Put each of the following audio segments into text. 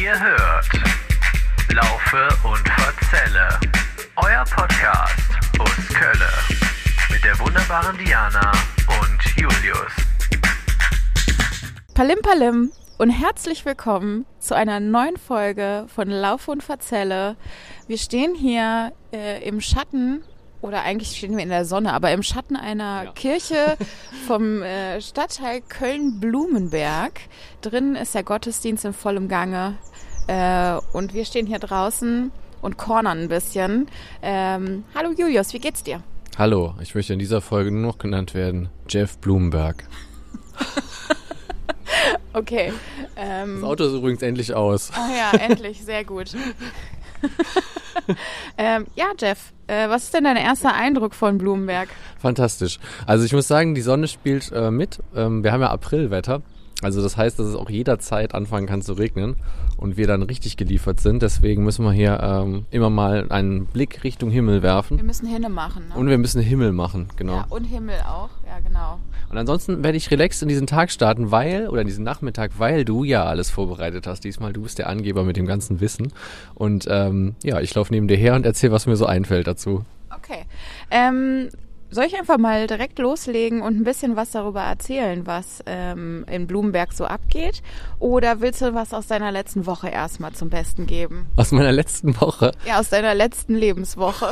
Ihr hört Laufe und Verzelle, euer Podcast aus Kölle mit der wunderbaren Diana und Julius. Palim Palim und herzlich willkommen zu einer neuen Folge von Laufe und Verzelle. Wir stehen hier im Schatten, oder eigentlich stehen wir in der Sonne, aber im Schatten einer Kirche vom Stadtteil Köln-Blumenberg. Drin ist der Gottesdienst in vollem Gange und wir stehen hier draußen und cornern ein bisschen. Hallo Julius, wie geht's dir? Hallo, ich möchte in dieser Folge nur noch genannt werden Jeff Blumenberg. Okay. Das Auto ist übrigens endlich aus. Ah ja, endlich, sehr gut. Ja, Jeff, was ist denn dein erster Eindruck von Blumenberg? Fantastisch. Also ich muss sagen, die Sonne spielt mit. Wir haben ja Aprilwetter. Also das heißt, dass es auch jederzeit anfangen kann zu regnen und wir dann richtig geliefert sind. Deswegen müssen wir hier immer mal einen Blick Richtung Himmel werfen. Wir müssen Hinne machen, ne? Und wir müssen Himmel machen, genau. Ja, und Himmel auch, ja genau. Und ansonsten werde ich relaxed in diesen Tag starten, in diesen Nachmittag, weil du ja alles vorbereitet hast. Diesmal, du bist der Angeber mit dem ganzen Wissen. Und ich laufe neben dir her und erzähle, was mir so einfällt dazu. Okay. Soll ich einfach mal direkt loslegen und ein bisschen was darüber erzählen, was in Blumenberg so abgeht? Oder willst du was aus deiner letzten Woche erstmal zum Besten geben? Aus meiner letzten Woche? Ja, aus deiner letzten Lebenswoche.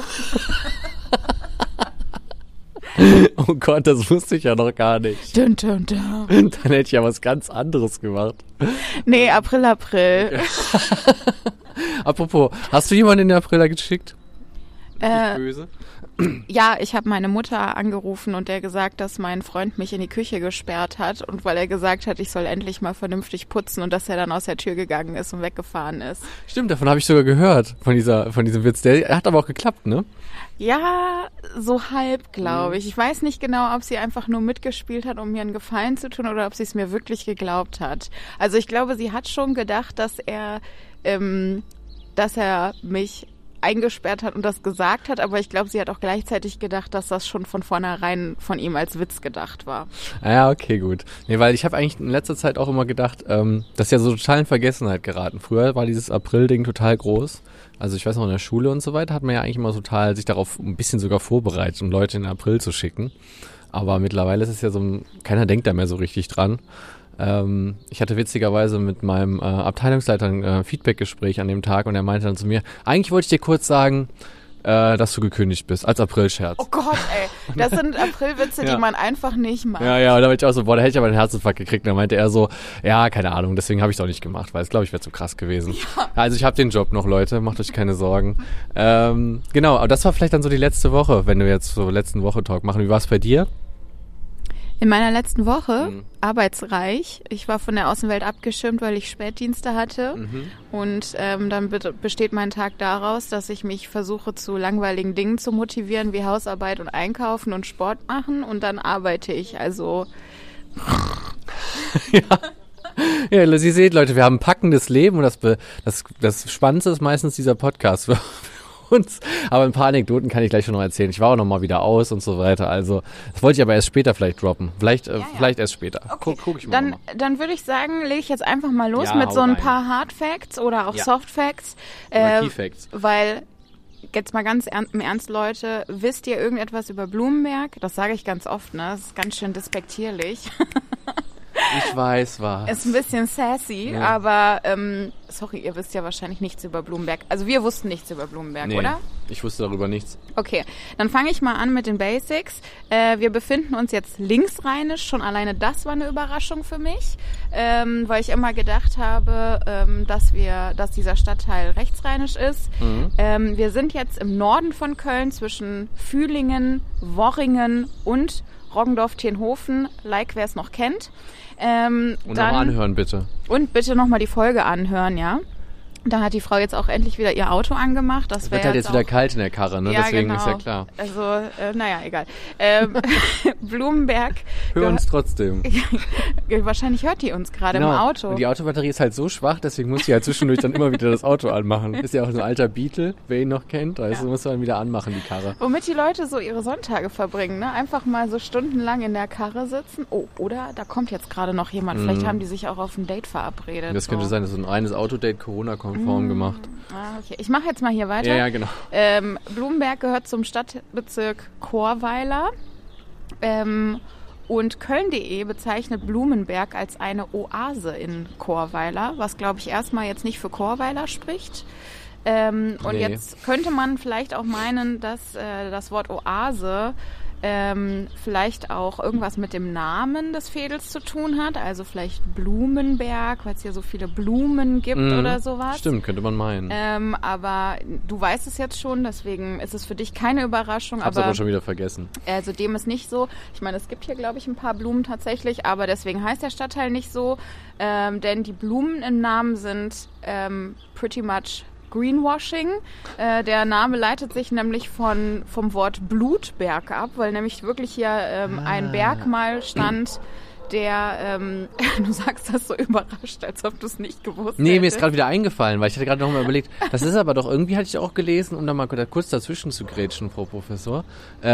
Oh Gott, das wusste ich ja noch gar nicht. Dun, dun, dun. Dann hätte ich ja was ganz anderes gemacht. Nee, April. Okay. Apropos, hast du jemanden in den April geschickt? Nicht böse? Ja, ich habe meine Mutter angerufen und der gesagt, dass mein Freund mich in die Küche gesperrt hat und weil er gesagt hat, ich soll endlich mal vernünftig putzen und dass er dann aus der Tür gegangen ist und weggefahren ist. Stimmt, davon habe ich sogar gehört, von diesem Witz. Der hat aber auch geklappt, ne? Ja, so halb, glaube ich. Ich weiß nicht genau, ob sie einfach nur mitgespielt hat, um mir einen Gefallen zu tun oder ob sie es mir wirklich geglaubt hat. Also ich glaube, sie hat schon gedacht, dass er mich eingesperrt hat und das gesagt hat, aber ich glaube, sie hat auch gleichzeitig gedacht, dass das schon von vornherein von ihm als Witz gedacht war. Ja, okay, gut. Nee, weil ich habe eigentlich in letzter Zeit auch immer gedacht, das ist ja so total in Vergessenheit geraten. Früher war dieses April-Ding total groß. Also ich weiß noch, in der Schule und so weiter hat man ja eigentlich immer total sich darauf ein bisschen sogar vorbereitet, um Leute in den April zu schicken. Aber mittlerweile ist es ja keiner denkt da mehr so richtig dran. Ich hatte witzigerweise mit meinem Abteilungsleiter ein Feedbackgespräch an dem Tag und er meinte dann zu mir, eigentlich wollte ich dir kurz sagen, dass du gekündigt bist, als Aprilscherz. Oh Gott, ey, das sind Aprilwitze, die man einfach nicht macht. Ja, und da meinte ich auch so, da hätte ich aber einen Herzinfarkt gekriegt. Und dann meinte er so, ja, keine Ahnung, deswegen habe ich es auch nicht gemacht, weil es, glaube ich, wäre zu krass gewesen. Ja. Also ich habe den Job noch, Leute, macht euch keine Sorgen. Genau, aber das war vielleicht dann so die letzte Woche, wenn wir jetzt so letzten Woche-Talk machen. Wie war es bei dir? In meiner letzten Woche arbeitsreich. Ich war von der Außenwelt abgeschirmt, weil ich Spätdienste hatte. Und dann besteht mein Tag daraus, dass ich mich versuche, zu langweiligen Dingen zu motivieren, wie Hausarbeit und Einkaufen und Sport machen. Und dann arbeite ich. Also Ja, Sie seht, Leute, wir haben ein packendes Leben und das Spannendste ist meistens dieser Podcast für uns. Aber ein paar Anekdoten kann ich gleich schon noch erzählen. Ich war auch noch mal wieder aus und so weiter. Also das wollte ich aber erst später vielleicht droppen. Vielleicht erst später. Okay. Guck ich mal. Dann würde ich sagen, lege ich jetzt einfach mal los mit so ein paar Hard Facts oder auch Soft Facts. Key Facts. Weil, jetzt mal ganz im Ernst, Leute, wisst ihr irgendetwas über Blumenberg? Das sage ich ganz oft, ne? Das ist ganz schön despektierlich. Ich weiß was. Ist ein bisschen sassy, aber sorry, ihr wisst ja wahrscheinlich nichts über Blumenberg. Also wir wussten nichts über Blumenberg, oder? Ich wusste darüber nichts. Okay, dann fange ich mal an mit den Basics. Wir befinden uns jetzt linksrheinisch. Schon alleine das war eine Überraschung für mich, weil ich immer gedacht habe, dass dieser Stadtteil rechtsrheinisch ist. Wir sind jetzt im Norden von Köln zwischen Fühlingen, Worringen und Roggendorf-Tienhofen, wer es noch kennt. Und nochmal anhören, bitte. Und bitte nochmal die Folge anhören, ja. Da hat die Frau jetzt auch endlich wieder ihr Auto angemacht. Das wird halt jetzt wieder kalt in der Karre, ne? Ja, deswegen genau. ist ja klar. Also, naja, egal. Blumenberg. Hör uns trotzdem. Wahrscheinlich hört die uns gerade im Auto. Und die Autobatterie ist halt so schwach, deswegen muss sie halt zwischendurch dann immer wieder das Auto anmachen. Ist ja auch so ein alter Beetle, wer ihn noch kennt. Also muss man wieder anmachen, die Karre. Womit die Leute so ihre Sonntage verbringen, ne? Einfach mal so stundenlang in der Karre sitzen. Oh, oder da kommt jetzt gerade noch jemand. Vielleicht haben die sich auch auf ein Date verabredet. Das könnte sein, das ist ein reines Autodate, Corona-konform gemacht. Ah, okay. Ich mache jetzt mal hier weiter. Ja, genau. Blumenberg gehört zum Stadtbezirk Chorweiler. Und Köln.de bezeichnet Blumenberg als eine Oase in Chorweiler, was, glaube ich, erstmal jetzt nicht für Chorweiler spricht. Und jetzt könnte man vielleicht auch meinen, dass das Wort Oase vielleicht auch irgendwas mit dem Namen des Veedels zu tun hat. Also vielleicht Blumenberg, weil es hier so viele Blumen gibt oder sowas. Stimmt, könnte man meinen. Aber du weißt es jetzt schon, deswegen ist es für dich keine Überraschung. Hab's aber schon wieder vergessen. Also dem ist nicht so. Ich meine, es gibt hier, glaube ich, ein paar Blumen tatsächlich, aber deswegen heißt der Stadtteil nicht so. Denn die Blumen im Namen sind pretty much Greenwashing. Der Name leitet sich nämlich vom Wort Blutberg ab, weil nämlich wirklich hier ein Berg mal stand, der, du sagst das so überrascht, als ob du es nicht gewusst hättest. Nee, mir ist gerade wieder eingefallen, weil ich hatte gerade noch mal überlegt, das ist aber doch, irgendwie hatte ich auch gelesen, um da mal kurz dazwischen zu grätschen, Frau Professor,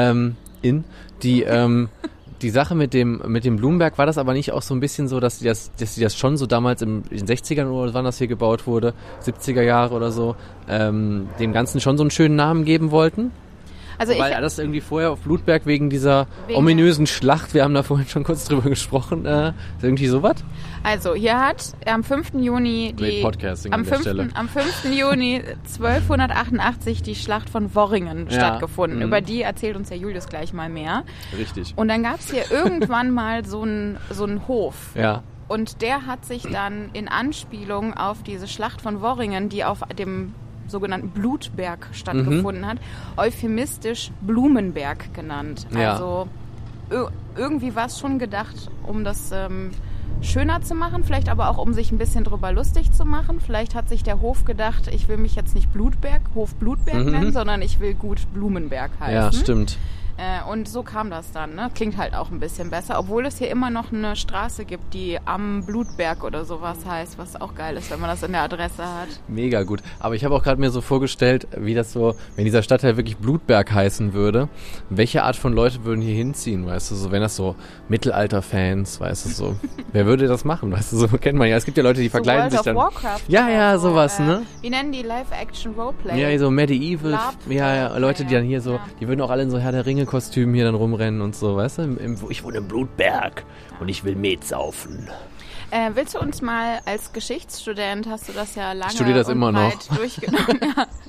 die Sache mit dem Blumenberg, war das aber nicht auch so ein bisschen so, dass die das schon so damals in den 60ern oder wann das hier gebaut wurde, 70er Jahre oder so, dem Ganzen schon so einen schönen Namen geben wollten? Also weil das irgendwie vorher auf Blutberg wegen dieser ominösen Schlacht, wir haben da vorhin schon kurz drüber gesprochen, irgendwie sowas? Also hier hat am 5. Juni am 5. Juni 1288 die Schlacht von Worringen stattgefunden. Über die erzählt uns der Julius gleich mal mehr. Richtig. Und dann gab es hier irgendwann mal so einen Hof. Ja. Und der hat sich dann in Anspielung auf diese Schlacht von Worringen, die auf dem sogenannten Blutberg stattgefunden hat, euphemistisch Blumenberg genannt. Ja. Also irgendwie war es schon gedacht, um das schöner zu machen, vielleicht aber auch um sich ein bisschen drüber lustig zu machen. Vielleicht hat sich der Hof gedacht, ich will mich jetzt nicht Hof Blutberg nennen, sondern ich will gut Blumenberg heißen. Ja, stimmt. Und so kam das dann, ne? Klingt halt auch ein bisschen besser, obwohl es hier immer noch eine Straße gibt, die am Blutberg oder sowas heißt, was auch geil ist, wenn man das in der Adresse hat. Mega gut. Aber ich habe auch gerade mir so vorgestellt, wie das so, wenn dieser Stadtteil wirklich Blutberg heißen würde, welche Art von Leute würden hier hinziehen, weißt du, so, wenn das so Mittelalter-Fans, weißt du, so, wer würde das machen, weißt du, so kennt man ja, es gibt ja Leute, die verkleiden sich dann. World of Warcraft. Ja, sowas, ne? Wie nennen die Live-Action-Roleplay? Ja, so Medieval, Leute, die dann hier so, die würden auch alle in so Herr der Ringe Kostümen hier dann rumrennen und so, weißt du? Ich wohne im Blutberg und ich will Met saufen. Willst du uns mal als Geschichtsstudent, hast du das ja lange studiere das und immer weit noch. durchgenommen,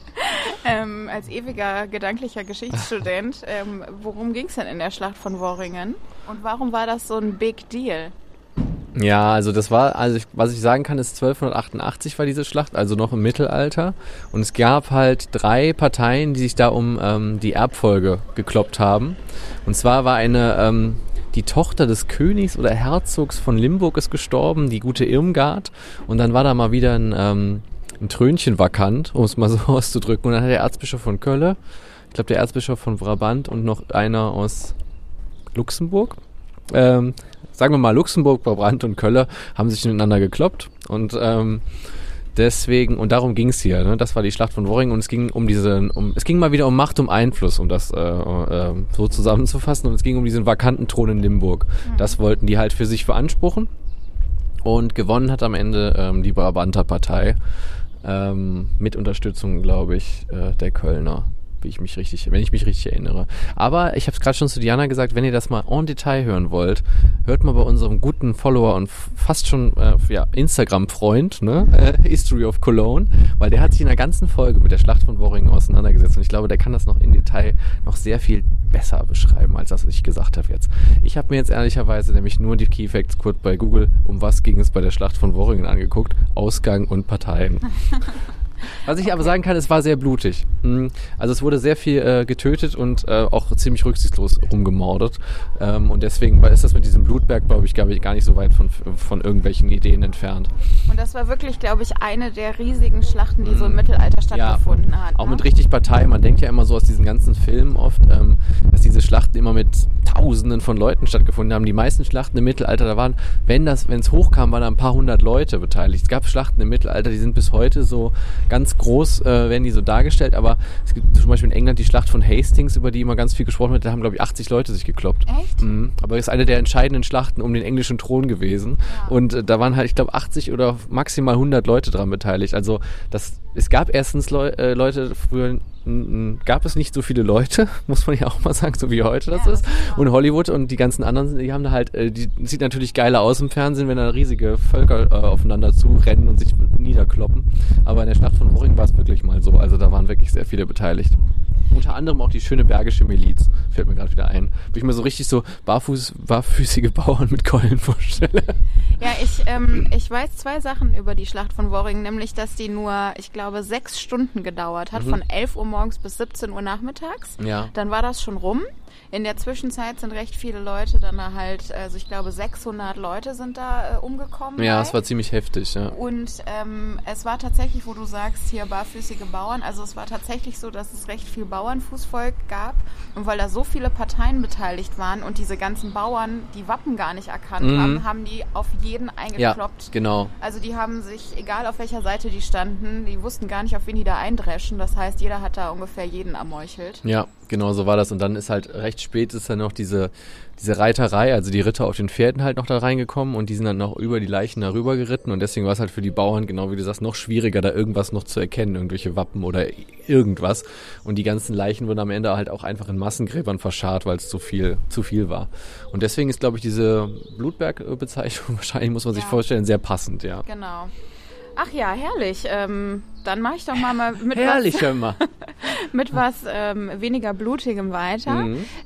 als ewiger gedanklicher Geschichtsstudent, worum ging es denn in der Schlacht von Worringen? Und warum war das so ein Big Deal? Ja, also was ich sagen kann, ist 1288 war diese Schlacht, also noch im Mittelalter. Und es gab halt 3 Parteien, die sich da um die Erbfolge gekloppt haben. Und zwar war die Tochter des Königs oder Herzogs von Limburg ist gestorben, die gute Irmgard. Und dann war da mal wieder ein Trönchen vakant, um es mal so auszudrücken. Und dann hat der Erzbischof von Köln, ich glaube der Erzbischof von Brabant und noch einer aus Luxemburg, sagen wir mal, Luxemburg, Brabant und Köln haben sich miteinander gekloppt und deswegen, und darum ging es hier, ne? Das war die Schlacht von Worringen und es ging es ging mal wieder um Macht, um Einfluss, um das so zusammenzufassen, und es ging um diesen vakanten Thron in Limburg. Das wollten die halt für sich beanspruchen und gewonnen hat am Ende die Brabanter Partei mit Unterstützung, glaube ich, der Kölner. Wenn ich mich richtig erinnere. Aber ich habe es gerade schon zu Diana gesagt, wenn ihr das mal en Detail hören wollt, hört mal bei unserem guten Follower und fast schon Instagram-Freund, ne, History of Cologne, weil der hat sich in der ganzen Folge mit der Schlacht von Worringen auseinandergesetzt und ich glaube, der kann das noch in Detail noch sehr viel besser beschreiben, als das, was ich gesagt habe jetzt. Ich habe mir jetzt ehrlicherweise nämlich nur die Key Facts kurz bei Google, um was ging es bei der Schlacht von Worringen angeguckt, Ausgang und Parteien. Was ich aber sagen kann, es war sehr blutig. Also es wurde sehr viel getötet und auch ziemlich rücksichtslos rumgemordet. Und deswegen ist das mit diesem Blutberg, glaube ich, gar nicht so weit von irgendwelchen Ideen entfernt. Und das war wirklich, glaube ich, eine der riesigen Schlachten, die so im Mittelalter stattgefunden hat. Auch mit richtig Partei. Man denkt ja immer so aus diesen ganzen Filmen oft, dass diese Schlachten immer mit Tausenden von Leuten stattgefunden haben. Die meisten Schlachten im Mittelalter, da waren, wenn es hochkam, waren da ein paar hundert Leute beteiligt. Es gab Schlachten im Mittelalter, die sind bis heute so ganz groß, werden die so dargestellt, aber es gibt zum Beispiel in England die Schlacht von Hastings, über die immer ganz viel gesprochen wird, da haben, glaube ich, 80 Leute sich gekloppt. Echt? Aber es ist eine der entscheidenden Schlachten um den englischen Thron gewesen. Ja. Und da waren halt, ich glaube, 80 oder maximal 100 Leute dran beteiligt. Also es gab erstens Leute, früher gab es nicht so viele Leute, muss man ja auch mal sagen, so wie heute das ist. Und Hollywood und die ganzen anderen, die haben da halt, die sieht natürlich geiler aus im Fernsehen, wenn da riesige Völker aufeinander zurennen und sich niederkloppen. Aber in der Schlacht von Worring war es wirklich mal so. Also da waren wirklich sehr viele beteiligt. Unter anderem auch die schöne bergische Miliz, fällt mir gerade wieder ein. Wo ich mir so richtig so barfüßige Bauern mit Keulen vorstelle. Ja, ich weiß 2 Sachen über die Schlacht von Worring, nämlich, dass die nur, ich glaube, 6 Stunden gedauert hat, von 11 Uhr morgens bis 17 Uhr nachmittags. Ja. Dann war das schon rum. In der Zwischenzeit sind recht viele Leute dann da halt, also ich glaube 600 Leute sind da umgekommen. Ja, es war ziemlich heftig, ja. Und es war tatsächlich, wo du sagst, hier barfüßige Bauern, also es war tatsächlich so, dass es recht viel Bauernfußvolk gab. Und weil da so viele Parteien beteiligt waren und diese ganzen Bauern die Wappen gar nicht erkannt haben, haben die auf jeden eingekloppt. Ja, genau. Also die haben sich, egal auf welcher Seite die standen, die wussten gar nicht, auf wen die da eindreschen. Das heißt, jeder hat da ungefähr jeden ermeuchelt. Ja, genau so war das. Und dann ist halt recht spät ist dann noch diese Reiterei, also die Ritter auf den Pferden halt noch da reingekommen und die sind dann noch über die Leichen darüber geritten und deswegen war es halt für die Bauern, genau wie du sagst, noch schwieriger, da irgendwas noch zu erkennen, irgendwelche Wappen oder irgendwas. Und die ganzen Leichen wurden am Ende halt auch einfach in Massengräbern verscharrt, weil es zu viel war. Und deswegen ist, glaube ich, diese Blutberg-Bezeichnung wahrscheinlich, muss man sich vorstellen, sehr passend, ja. Genau. Ach ja, herrlich. Dann mache ich doch mal mit herrlich, hör mal. mit was weniger Blutigem weiter.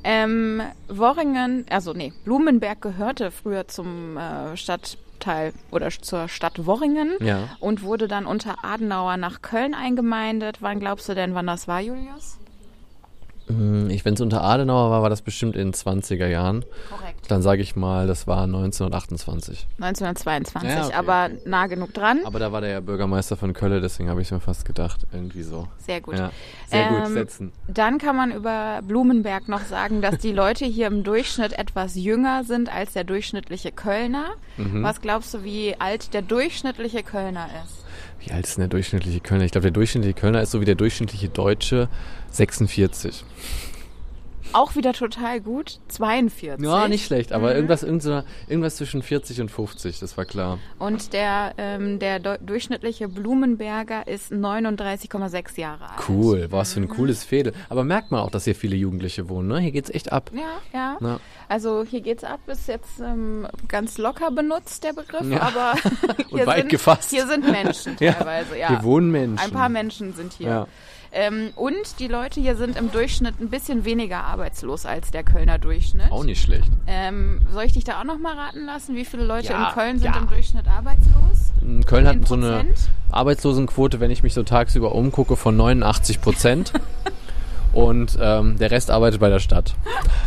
Blumenberg gehörte früher zum Stadtteil oder zur Stadt Worringen und wurde dann unter Adenauer nach Köln eingemeindet. Wann glaubst du denn, wann das war, Julius? Wenn es unter Adenauer war das bestimmt in den 20er Jahren. Korrekt. Dann sage ich mal, das war 1928. 1922, ja, okay. Aber nah genug dran. Aber da war der ja Bürgermeister von Köln, deswegen habe ich es mir fast gedacht, irgendwie so. Sehr gut. Ja, sehr gut, setzen. Dann kann man über Blumenberg noch sagen, dass die Leute hier im Durchschnitt etwas jünger sind als der durchschnittliche Kölner. Was glaubst du, wie alt der durchschnittliche Kölner ist? Wie alt ist denn der durchschnittliche Kölner? Ich glaube, der durchschnittliche Kölner ist so wie der durchschnittliche Deutsche 46. Auch wieder total gut, 42. Ja, nicht schlecht, aber irgendwas zwischen 40 und 50, das war klar. Und der durchschnittliche Blumenberger ist 39,6 Jahre alt. Cool, was für ein cooles Fädel. Aber merkt man auch, dass hier viele Jugendliche wohnen, ne? Hier geht's echt ab. Ja. Also hier geht's ab, ist jetzt ganz locker benutzt, der Begriff, aber und weit gefasst. Hier sind Menschen teilweise, ja. Hier wohnen Menschen. Ein paar Menschen sind hier. Ja. Und die Leute hier sind im Durchschnitt ein bisschen weniger arbeitslos als der Kölner Durchschnitt. Auch nicht schlecht. Soll ich dich da auch noch mal raten lassen, wie viele Leute in Köln sind im Durchschnitt arbeitslos? Köln hat so eine Arbeitslosenquote, wenn ich mich so tagsüber umgucke, von 89%. Und der Rest arbeitet bei der Stadt.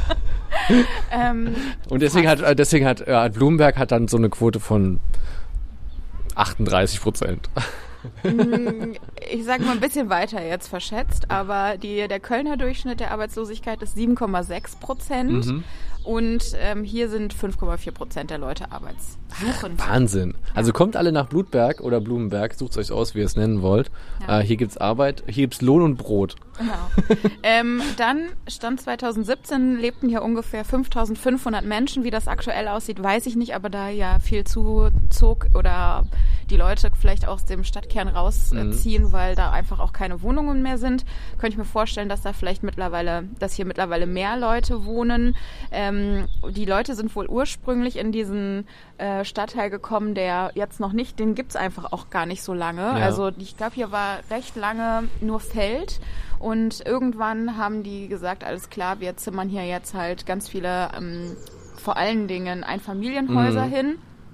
Und deswegen hat Blumenberg hat dann so eine Quote von 38%. Ich sage mal ein bisschen weiter jetzt verschätzt, aber der Kölner Durchschnitt der Arbeitslosigkeit ist 7,6%. Und hier sind 5,4% der Leute arbeitssuchend. Wahnsinn. Also kommt alle nach Blutberg oder Blumenberg, sucht euch aus, wie ihr es nennen wollt. Ja. Hier gibt's Arbeit, hier gibt's Lohn und Brot. Genau. Dann, Stand 2017, lebten hier ungefähr 5.500 Menschen. Wie das aktuell aussieht, weiß ich nicht, aber da ja viel zuzog oder die Leute vielleicht aus dem Stadtkern rausziehen, weil da einfach auch keine Wohnungen mehr sind, könnte ich mir vorstellen, dass hier mittlerweile mehr Leute wohnen. Die Leute sind wohl ursprünglich in diesen Stadtteil gekommen, der jetzt noch nicht, den gibt's einfach auch gar nicht so lange. Ja. Also ich glaube, hier war recht lange nur Feld und irgendwann haben die gesagt, alles klar, wir zimmern hier jetzt halt ganz viele, vor allen Dingen Einfamilienhäuser hin.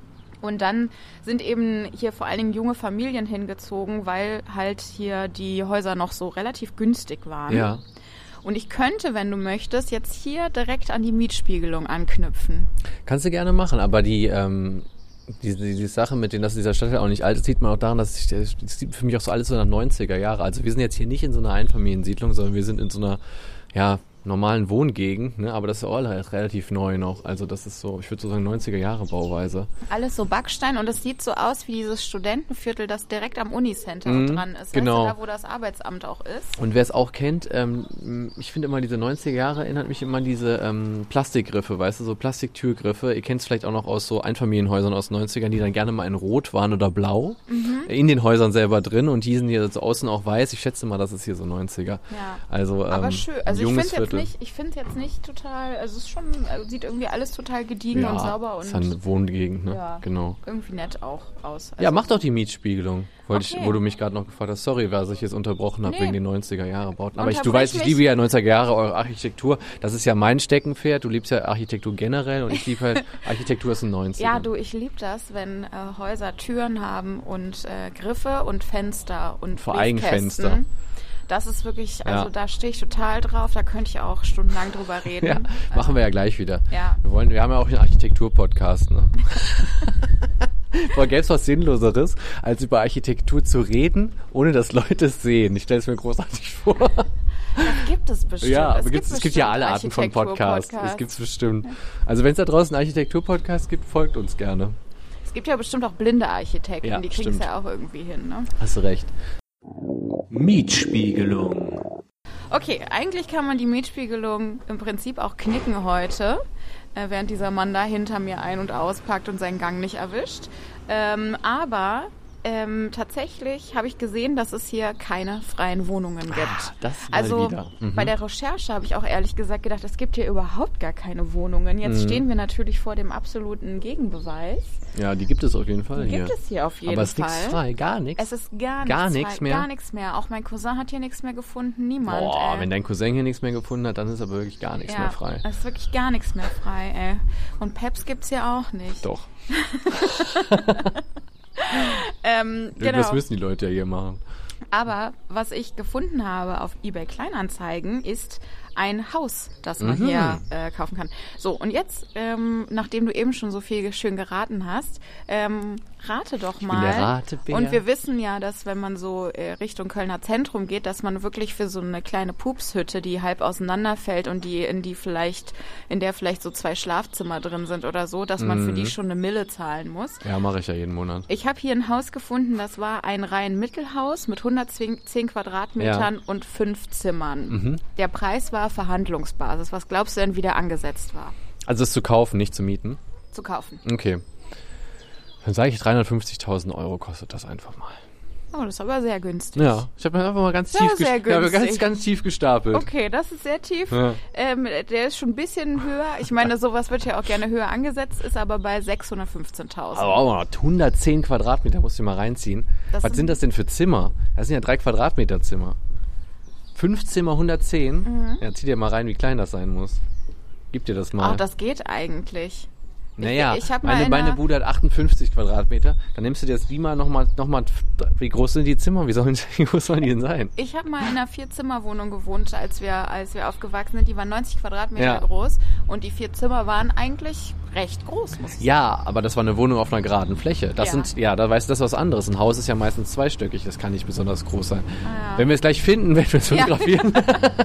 Und dann sind eben hier vor allen Dingen junge Familien hingezogen, weil halt hier die Häuser noch so relativ günstig waren. Ja. Und ich könnte, wenn du möchtest, jetzt hier direkt an die Mietspiegelung anknüpfen. Kannst du gerne machen, aber die Sache mit denen, dass dieser Stadtteil auch nicht alt ist, sieht man auch daran, dass das sieht für mich auch so alles so nach 90er Jahre. Also wir sind jetzt hier nicht in so einer Einfamiliensiedlung, sondern wir sind in so einer, normalen Wohngegend, ne? Aber das ist auch relativ neu noch. Also das ist so, ich würde so sagen 90er Jahre Bauweise. Alles so Backstein und es sieht so aus wie dieses Studentenviertel, das direkt am Unicenter dran ist. Genau. Weißt du, da wo das Arbeitsamt auch ist. Und wer es auch kennt, ich finde immer diese 90er Jahre erinnert mich immer an diese Plastikgriffe, weißt du, so Plastiktürgriffe. Ihr kennt es vielleicht auch noch aus so Einfamilienhäusern aus den 90ern, die dann gerne mal in Rot waren oder Blau. In den Häusern selber drin und die sind hier so außen auch weiß. Ich schätze mal, das ist hier so 90er. Ja. Also, aber schön. Also ich finde jetzt Viertel. nicht total, also es ist schon, sieht irgendwie alles total gediegen und sauber und ist eine Wohngegend, ne? Ja, genau. Irgendwie nett auch aus. Also Ja, mach doch die Mietspiegelung, wo du mich gerade noch gefragt hast. Sorry, was ich jetzt unterbrochen habe wegen den 90er Jahre Bauten. Aber du weißt, ich liebe ja 90er Jahre eure Architektur. Das ist ja mein Steckenpferd. Du liebst ja Architektur generell und ich liebe halt Architektur aus den 90ern. Ja, ich liebe das, wenn Häuser Türen haben und Griffe und Fenster und vor allem Fenster. Das ist wirklich, also da stehe ich total drauf, da könnte ich auch stundenlang drüber reden. Ja, machen wir ja gleich wieder. Ja. Wir haben ja auch einen Architektur-Podcast, ne? Boah, gäbe es was Sinnloseres, als über Architektur zu reden, ohne dass Leute es sehen. Ich stelle es mir großartig vor. Das gibt es bestimmt. Ja, es gibt ja alle Arten von Podcasts. Es gibt es bestimmt. Also wenn es da draußen einen Architektur-Podcast gibt, folgt uns gerne. Es gibt ja bestimmt auch blinde Architekten, die kriegen es ja auch irgendwie hin, ne? Hast du recht. Mietspiegelung. Okay, eigentlich kann man die Mietspiegelung im Prinzip auch knicken heute, während dieser Mann da hinter mir ein- und auspackt und seinen Gang nicht erwischt. Aber tatsächlich habe ich gesehen, dass es hier keine freien Wohnungen gibt. Das also wieder. Bei der Recherche habe ich auch ehrlich gesagt gedacht, es gibt hier überhaupt gar keine Wohnungen. Jetzt stehen wir natürlich vor dem absoluten Gegenbeweis. Ja, die gibt es auf jeden Fall hier. Gibt es hier auf jeden Fall. Aber es ist nichts frei, gar nichts. Es ist gar nichts mehr. Gar nichts mehr. Auch mein Cousin hat hier nichts mehr gefunden, niemand. Boah, wenn dein Cousin hier nichts mehr gefunden hat, dann ist aber wirklich gar nichts mehr frei. Es ist wirklich gar nichts mehr frei, ey. Und Peps gibt's ja auch nicht. Doch. Genau. Irgendwas müssen die Leute ja hier machen. Aber was ich gefunden habe auf eBay Kleinanzeigen ist ein Haus, das man hier kaufen kann. So, und jetzt, nachdem du eben schon so viel schön geraten hast, rate doch mal. Ich bin der Ratebär. Und wir wissen ja, dass wenn man so Richtung Kölner Zentrum geht, dass man wirklich für so eine kleine Pupshütte, die halb auseinanderfällt und in der vielleicht so 2 Schlafzimmer drin sind oder so, dass man für die schon 1 Mille zahlen muss. Ja, mache ich ja jeden Monat. Ich habe hier ein Haus gefunden, das war ein Reihenmittelhaus mit 110 Quadratmetern und 5 Zimmern. Der Preis war Verhandlungsbasis. Was glaubst du denn, wie der angesetzt war? Also es zu kaufen, nicht zu mieten? Zu kaufen. Okay. Dann sage ich 350.000 € kostet das einfach mal. Oh, das ist aber sehr günstig. Ja, ich habe einfach mal ganz tief gestapelt. Okay, das ist sehr tief. Ja. Der ist schon ein bisschen höher. Ich meine, sowas wird ja auch gerne höher angesetzt, ist aber bei 615.000. Aber auch 110 Quadratmeter, musst du mal reinziehen. Was sind das denn für Zimmer? Das sind ja 3 Quadratmeter Zimmer. 5 Zimmer, 110? Ja, zieh dir mal rein, wie klein das sein muss. Gib dir das mal. Ach, das geht eigentlich. Naja, ich hab meine Bude hat 58 Quadratmeter. Dann nimmst du dir das wie mal nochmal, wie groß sind die Zimmer? Wie groß sollen die denn sein? Ich habe mal in einer 4-Zimmer-Wohnung gewohnt, als wir aufgewachsen sind. Die waren 90 Quadratmeter groß und die 4 Zimmer waren eigentlich recht groß, muss ich sagen. Ja, aber das war eine Wohnung auf einer geraden Fläche. Da weißt du, das ist was anderes. Ein Haus ist ja meistens zweistöckig, das kann nicht besonders groß sein. Ah, ja. Wenn wir es gleich finden, werden wir es fotografieren.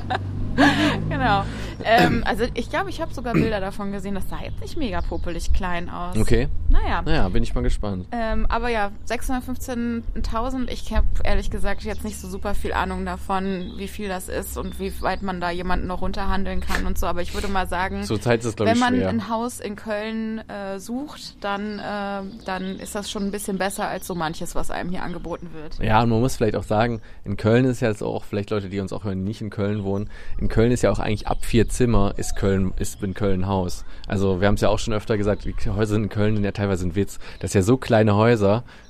Genau. Also ich glaube, ich habe sogar Bilder davon gesehen. Das sah jetzt nicht mega popelig klein aus. Okay. Naja, bin ich mal gespannt. Aber ja, 615.000. Ich habe ehrlich gesagt jetzt nicht so super viel Ahnung davon, wie viel das ist und wie weit man da jemanden noch runterhandeln kann und so. Aber ich würde mal sagen, Zurzeit ist es, glaube ich, wenn man schwer. ein Haus in Köln sucht, dann ist das schon ein bisschen besser als so manches, was einem hier angeboten wird. Ja, und man muss vielleicht auch sagen, in Köln ist ja jetzt auch, vielleicht Leute, die uns auch hören, die nicht in Köln wohnen, in Köln ist ja auch eigentlich ab 4 Zimmer ist in Köln Haus. Also wir haben es ja auch schon öfter gesagt, die Häuser in Köln sind ja teilweise ein Witz. Das sind ja so kleine Häuser,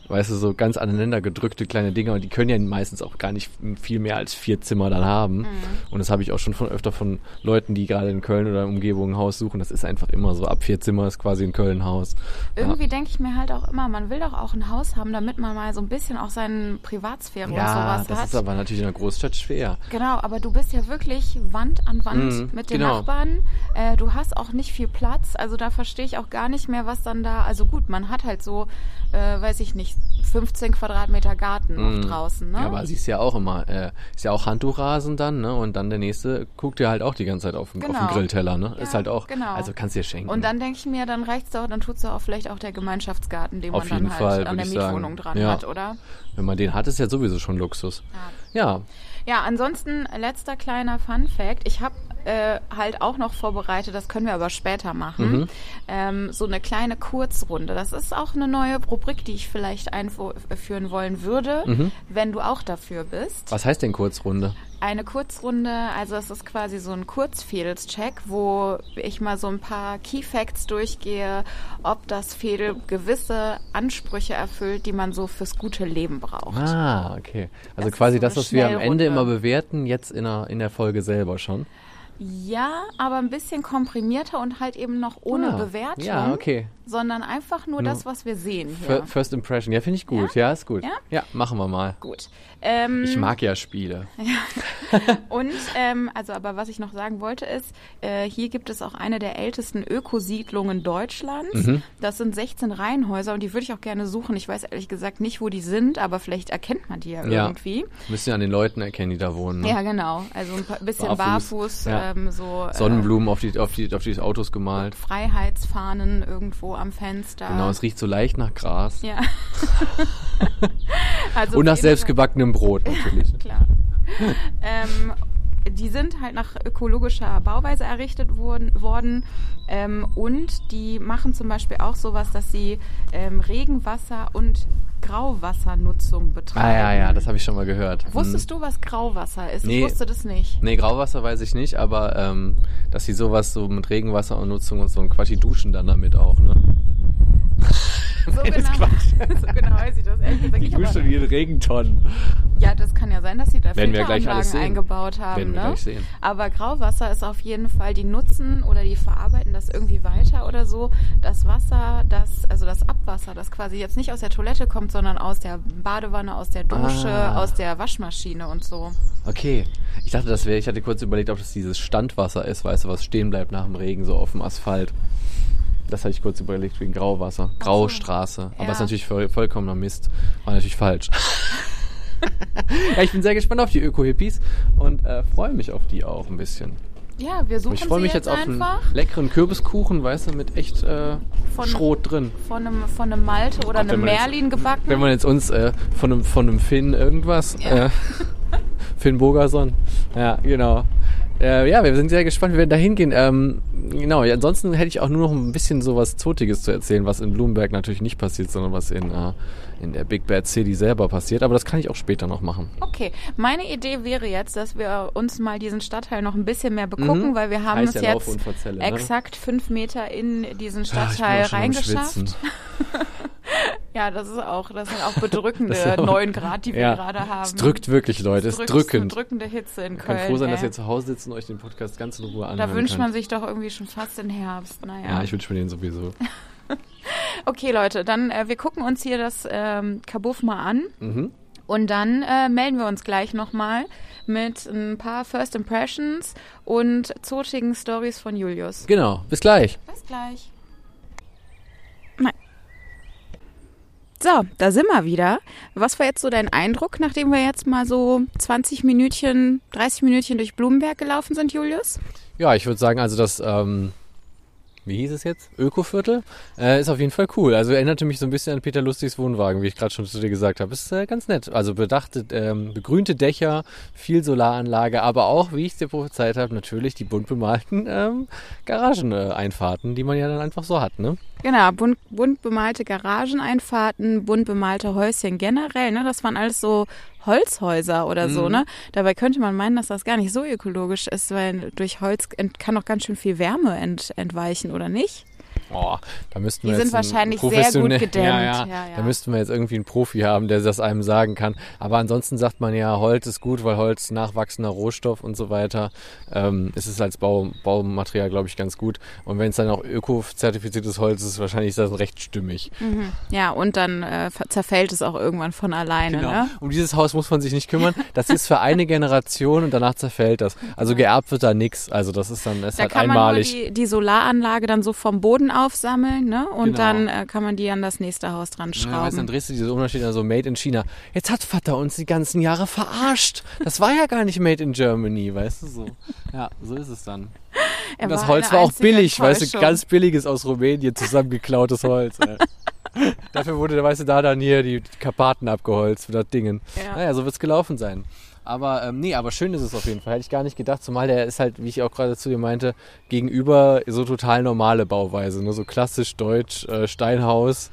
weißt du, so ganz aneinander gedrückte kleine Dinger und die können ja meistens auch gar nicht viel mehr als 4 Zimmer dann haben. Und das habe ich auch schon öfter von Leuten, die gerade in Köln oder Umgebung ein Haus suchen. Das ist einfach immer so, ab 4 Zimmer ist quasi in Köln ein Haus. Irgendwie denke ich mir halt auch immer, man will doch auch ein Haus haben, damit man mal so ein bisschen auch seine Privatsphäre und sowas hat. Ja, das ist aber natürlich in einer Großstadt schwer. Genau, aber du bist ja wirklich Wand an Wand mit den Nachbarn. Du hast auch nicht viel Platz, also da verstehe ich auch gar nicht mehr, was dann da, also gut, man hat halt so, weiß ich nicht, 15 Quadratmeter Garten noch draußen, ne? Ja, aber sie ist ja auch immer, ist ja auch Handtuchrasen dann, ne? Und dann der nächste guckt ja halt auch die ganze Zeit auf den Grillteller, ne? Ja, ist halt auch, genau. also kannst du dir schenken. Und dann denke ich mir, dann reicht's doch, dann tut's doch auch vielleicht auch der Gemeinschaftsgarten, den auf man jeden dann Fall, halt an der Mietwohnung dran hat, oder? Wenn man den hat, ist ja sowieso schon Luxus. Ja. Ja, ansonsten letzter kleiner Funfact. Ich habe halt auch noch vorbereitet, das können wir aber später machen, so eine kleine Kurzrunde. Das ist auch eine neue Rubrik, die ich vielleicht einführen wollen würde, wenn du auch dafür bist. Was heißt denn Kurzrunde? Eine Kurzrunde, also es ist quasi so ein Kurzfädels-Check, wo ich mal so ein paar Key-Facts durchgehe, ob das Fädel gewisse Ansprüche erfüllt, die man so fürs gute Leben braucht. Ah, okay. Also Das quasi ist so das, eine was wir am Ende Schnellrunde. immer bewerten, jetzt in der Folge selber schon. Ja, aber ein bisschen komprimierter und halt eben noch ohne Bewertung, Ja, okay. sondern einfach nur das, was wir sehen hier. First Impression, ja, finde ich gut. Ja, ist gut. Ja? Ja, machen wir mal. Gut. Ich mag ja Spiele. Und, also aber was ich noch sagen wollte ist, hier gibt es auch eine der ältesten Ökosiedlungen Deutschlands. Das sind 16 Reihenhäuser und die würde ich auch gerne suchen. Ich weiß ehrlich gesagt nicht, wo die sind, aber vielleicht erkennt man die ja irgendwie. Müssen ja an den Leuten erkennen, die da wohnen. Ne? Ja, genau. Also ein bisschen barfuß, Ja. so Sonnenblumen auf die Autos gemalt. Freiheitsfahnen irgendwo am Fenster. Genau, es riecht so leicht nach Gras. Ja. Also Und nach auf jeden selbstgebackenem Brot natürlich. Klar. Die sind halt nach ökologischer Bauweise errichtet worden und die machen zum Beispiel auch sowas, dass sie Regenwasser- und Grauwassernutzung betreiben. Ja, das habe ich schon mal gehört. Wusstest du, was Grauwasser ist? Nee. Ich wusste das nicht. Nee, Grauwasser weiß ich nicht, aber dass sie sowas so mit Regenwasser und Nutzung und so ein Quatsch, die duschen dann damit auch, ne? So genau weiß ich das ehrlich gesagt. Die duschen wie in Regentonnen. Ja, das kann ja sein, dass sie da Werden wir gleich alles Filteranlagen sehen. eingebaut haben. Werden wir Ne? gleich sehen. Aber Grauwasser ist auf jeden Fall, die nutzen oder die verarbeiten das irgendwie weiter oder so. Das Wasser, also das Abwasser, das quasi jetzt nicht aus der Toilette kommt, sondern aus der Badewanne, aus der Dusche, aus der Waschmaschine und so. Okay. Ich dachte, ich hatte kurz überlegt, ob das dieses Standwasser ist, weißt du, was stehen bleibt nach dem Regen, so auf dem Asphalt. Das hatte ich kurz überlegt, wegen Grauwasser. Graustraße. Aber ist natürlich vollkommener Mist. War natürlich falsch. Ja, ich bin sehr gespannt auf die Öko-Hippies und freue mich auf die auch ein bisschen. Ja, wir suchen Ich freue mich jetzt auf einen leckeren Kürbiskuchen, weißt du, mit echt Schrot drin. Von einem Malte oder einem Merlin gebacken. Wenn man jetzt uns von einem Finn irgendwas, Finn Bogerson, ja, genau. Ja, wir sind sehr gespannt, wir werden da hingehen. Genau, ja, ansonsten hätte ich auch nur noch ein bisschen sowas Zotiges zu erzählen, was in Blumenberg natürlich nicht passiert, sondern was in der Big Bad City selber passiert. Aber das kann ich auch später noch machen. Okay, meine Idee wäre jetzt, dass wir uns mal diesen Stadtteil noch ein bisschen mehr begucken, weil wir haben es jetzt exakt 5 Meter in diesen Stadtteil reingeschafft. Ja, das sind auch bedrückende 9 Grad, die wir gerade haben. Es drückt wirklich, Leute. Es ist drückend. Eine drückende Hitze in Köln. Ich kann froh sein, dass ihr zu Hause sitzt und euch den Podcast ganz in Ruhe anhören Da wünscht man sich doch irgendwie schon fast den Herbst. Naja. Ja, ich wünsche mir den sowieso. Okay, Leute, dann wir gucken uns hier das Kabuff mal an. Und dann melden wir uns gleich nochmal mit ein paar First Impressions und zotigen Stories von Julius. Genau, bis gleich. Bis gleich. Nein. So, da sind wir wieder. Was war jetzt so dein Eindruck, nachdem wir jetzt mal so 30 Minütchen durch Blumenberg gelaufen sind, Julius? Ja, ich würde sagen, also das, wie hieß es jetzt? Ökoviertel? Ist auf jeden Fall cool. Also erinnerte mich so ein bisschen an Peter Lustigs Wohnwagen, wie ich gerade schon zu dir gesagt habe. Ist ganz nett. Also begrünte Dächer, viel Solaranlage, aber auch, wie ich es dir prophezeit habe, natürlich die bunt bemalten Garageneinfahrten, die man ja dann einfach so hat, ne? Genau, bunt bemalte Garageneinfahrten, bunt bemalte Häuschen generell, ne? Das waren alles so Holzhäuser oder so, ne? Dabei könnte man meinen, dass das gar nicht so ökologisch ist, weil durch Holz kann auch ganz schön viel Wärme entweichen, oder nicht? Da müssten Die wir sind jetzt wahrscheinlich sehr gut gedämmt. Ja. Ja. Da müssten wir jetzt irgendwie einen Profi haben, der das einem sagen kann. Aber ansonsten sagt man ja, Holz ist gut, weil Holz nachwachsender Rohstoff und so weiter. Es ist als Baumaterial, glaube ich, ganz gut. Und wenn es dann auch öko-zertifiziertes Holz ist, wahrscheinlich ist das recht stimmig. Mhm. Ja, und dann zerfällt es auch irgendwann von alleine. Genau. Ne? Um dieses Haus muss man sich nicht kümmern. Das ist für eine Generation und danach zerfällt das. Also geerbt wird da nichts. Also das ist dann Da halt kann einmalig. man nur die Solaranlage dann so vom Boden aufsammeln, ne? Und Genau. dann kann man die an das nächste Haus dran Ja, weißt, schrauben. dann drehst du diese Unterschiede so Made in China. Jetzt hat Vater uns die ganzen Jahre verarscht. Das war ja gar nicht Made in Germany, weißt du so. Ja, so ist es dann. Und das Holz war auch billig, weißt du, ganz billiges aus Rumänien zusammengeklautes Holz. Dafür wurde, weißt du, da dann hier die Karpaten abgeholzt für das Dingen. Ja. Naja, so wird's gelaufen sein. Aber aber schön ist es auf jeden Fall. Hätte ich gar nicht gedacht, zumal der ist halt, wie ich auch gerade zu dir meinte, gegenüber so total normale Bauweise. Ne? So klassisch deutsch, Steinhaus,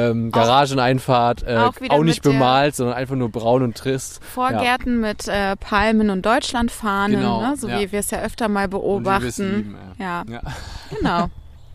Garageneinfahrt, auch nicht bemalt, sondern einfach nur braun und trist. Vorgärten mit Palmen und Deutschlandfahnen, Genau, ne? So wie wir es ja öfter mal Und wie beobachten. wir es lieben, Ja, ja. genau.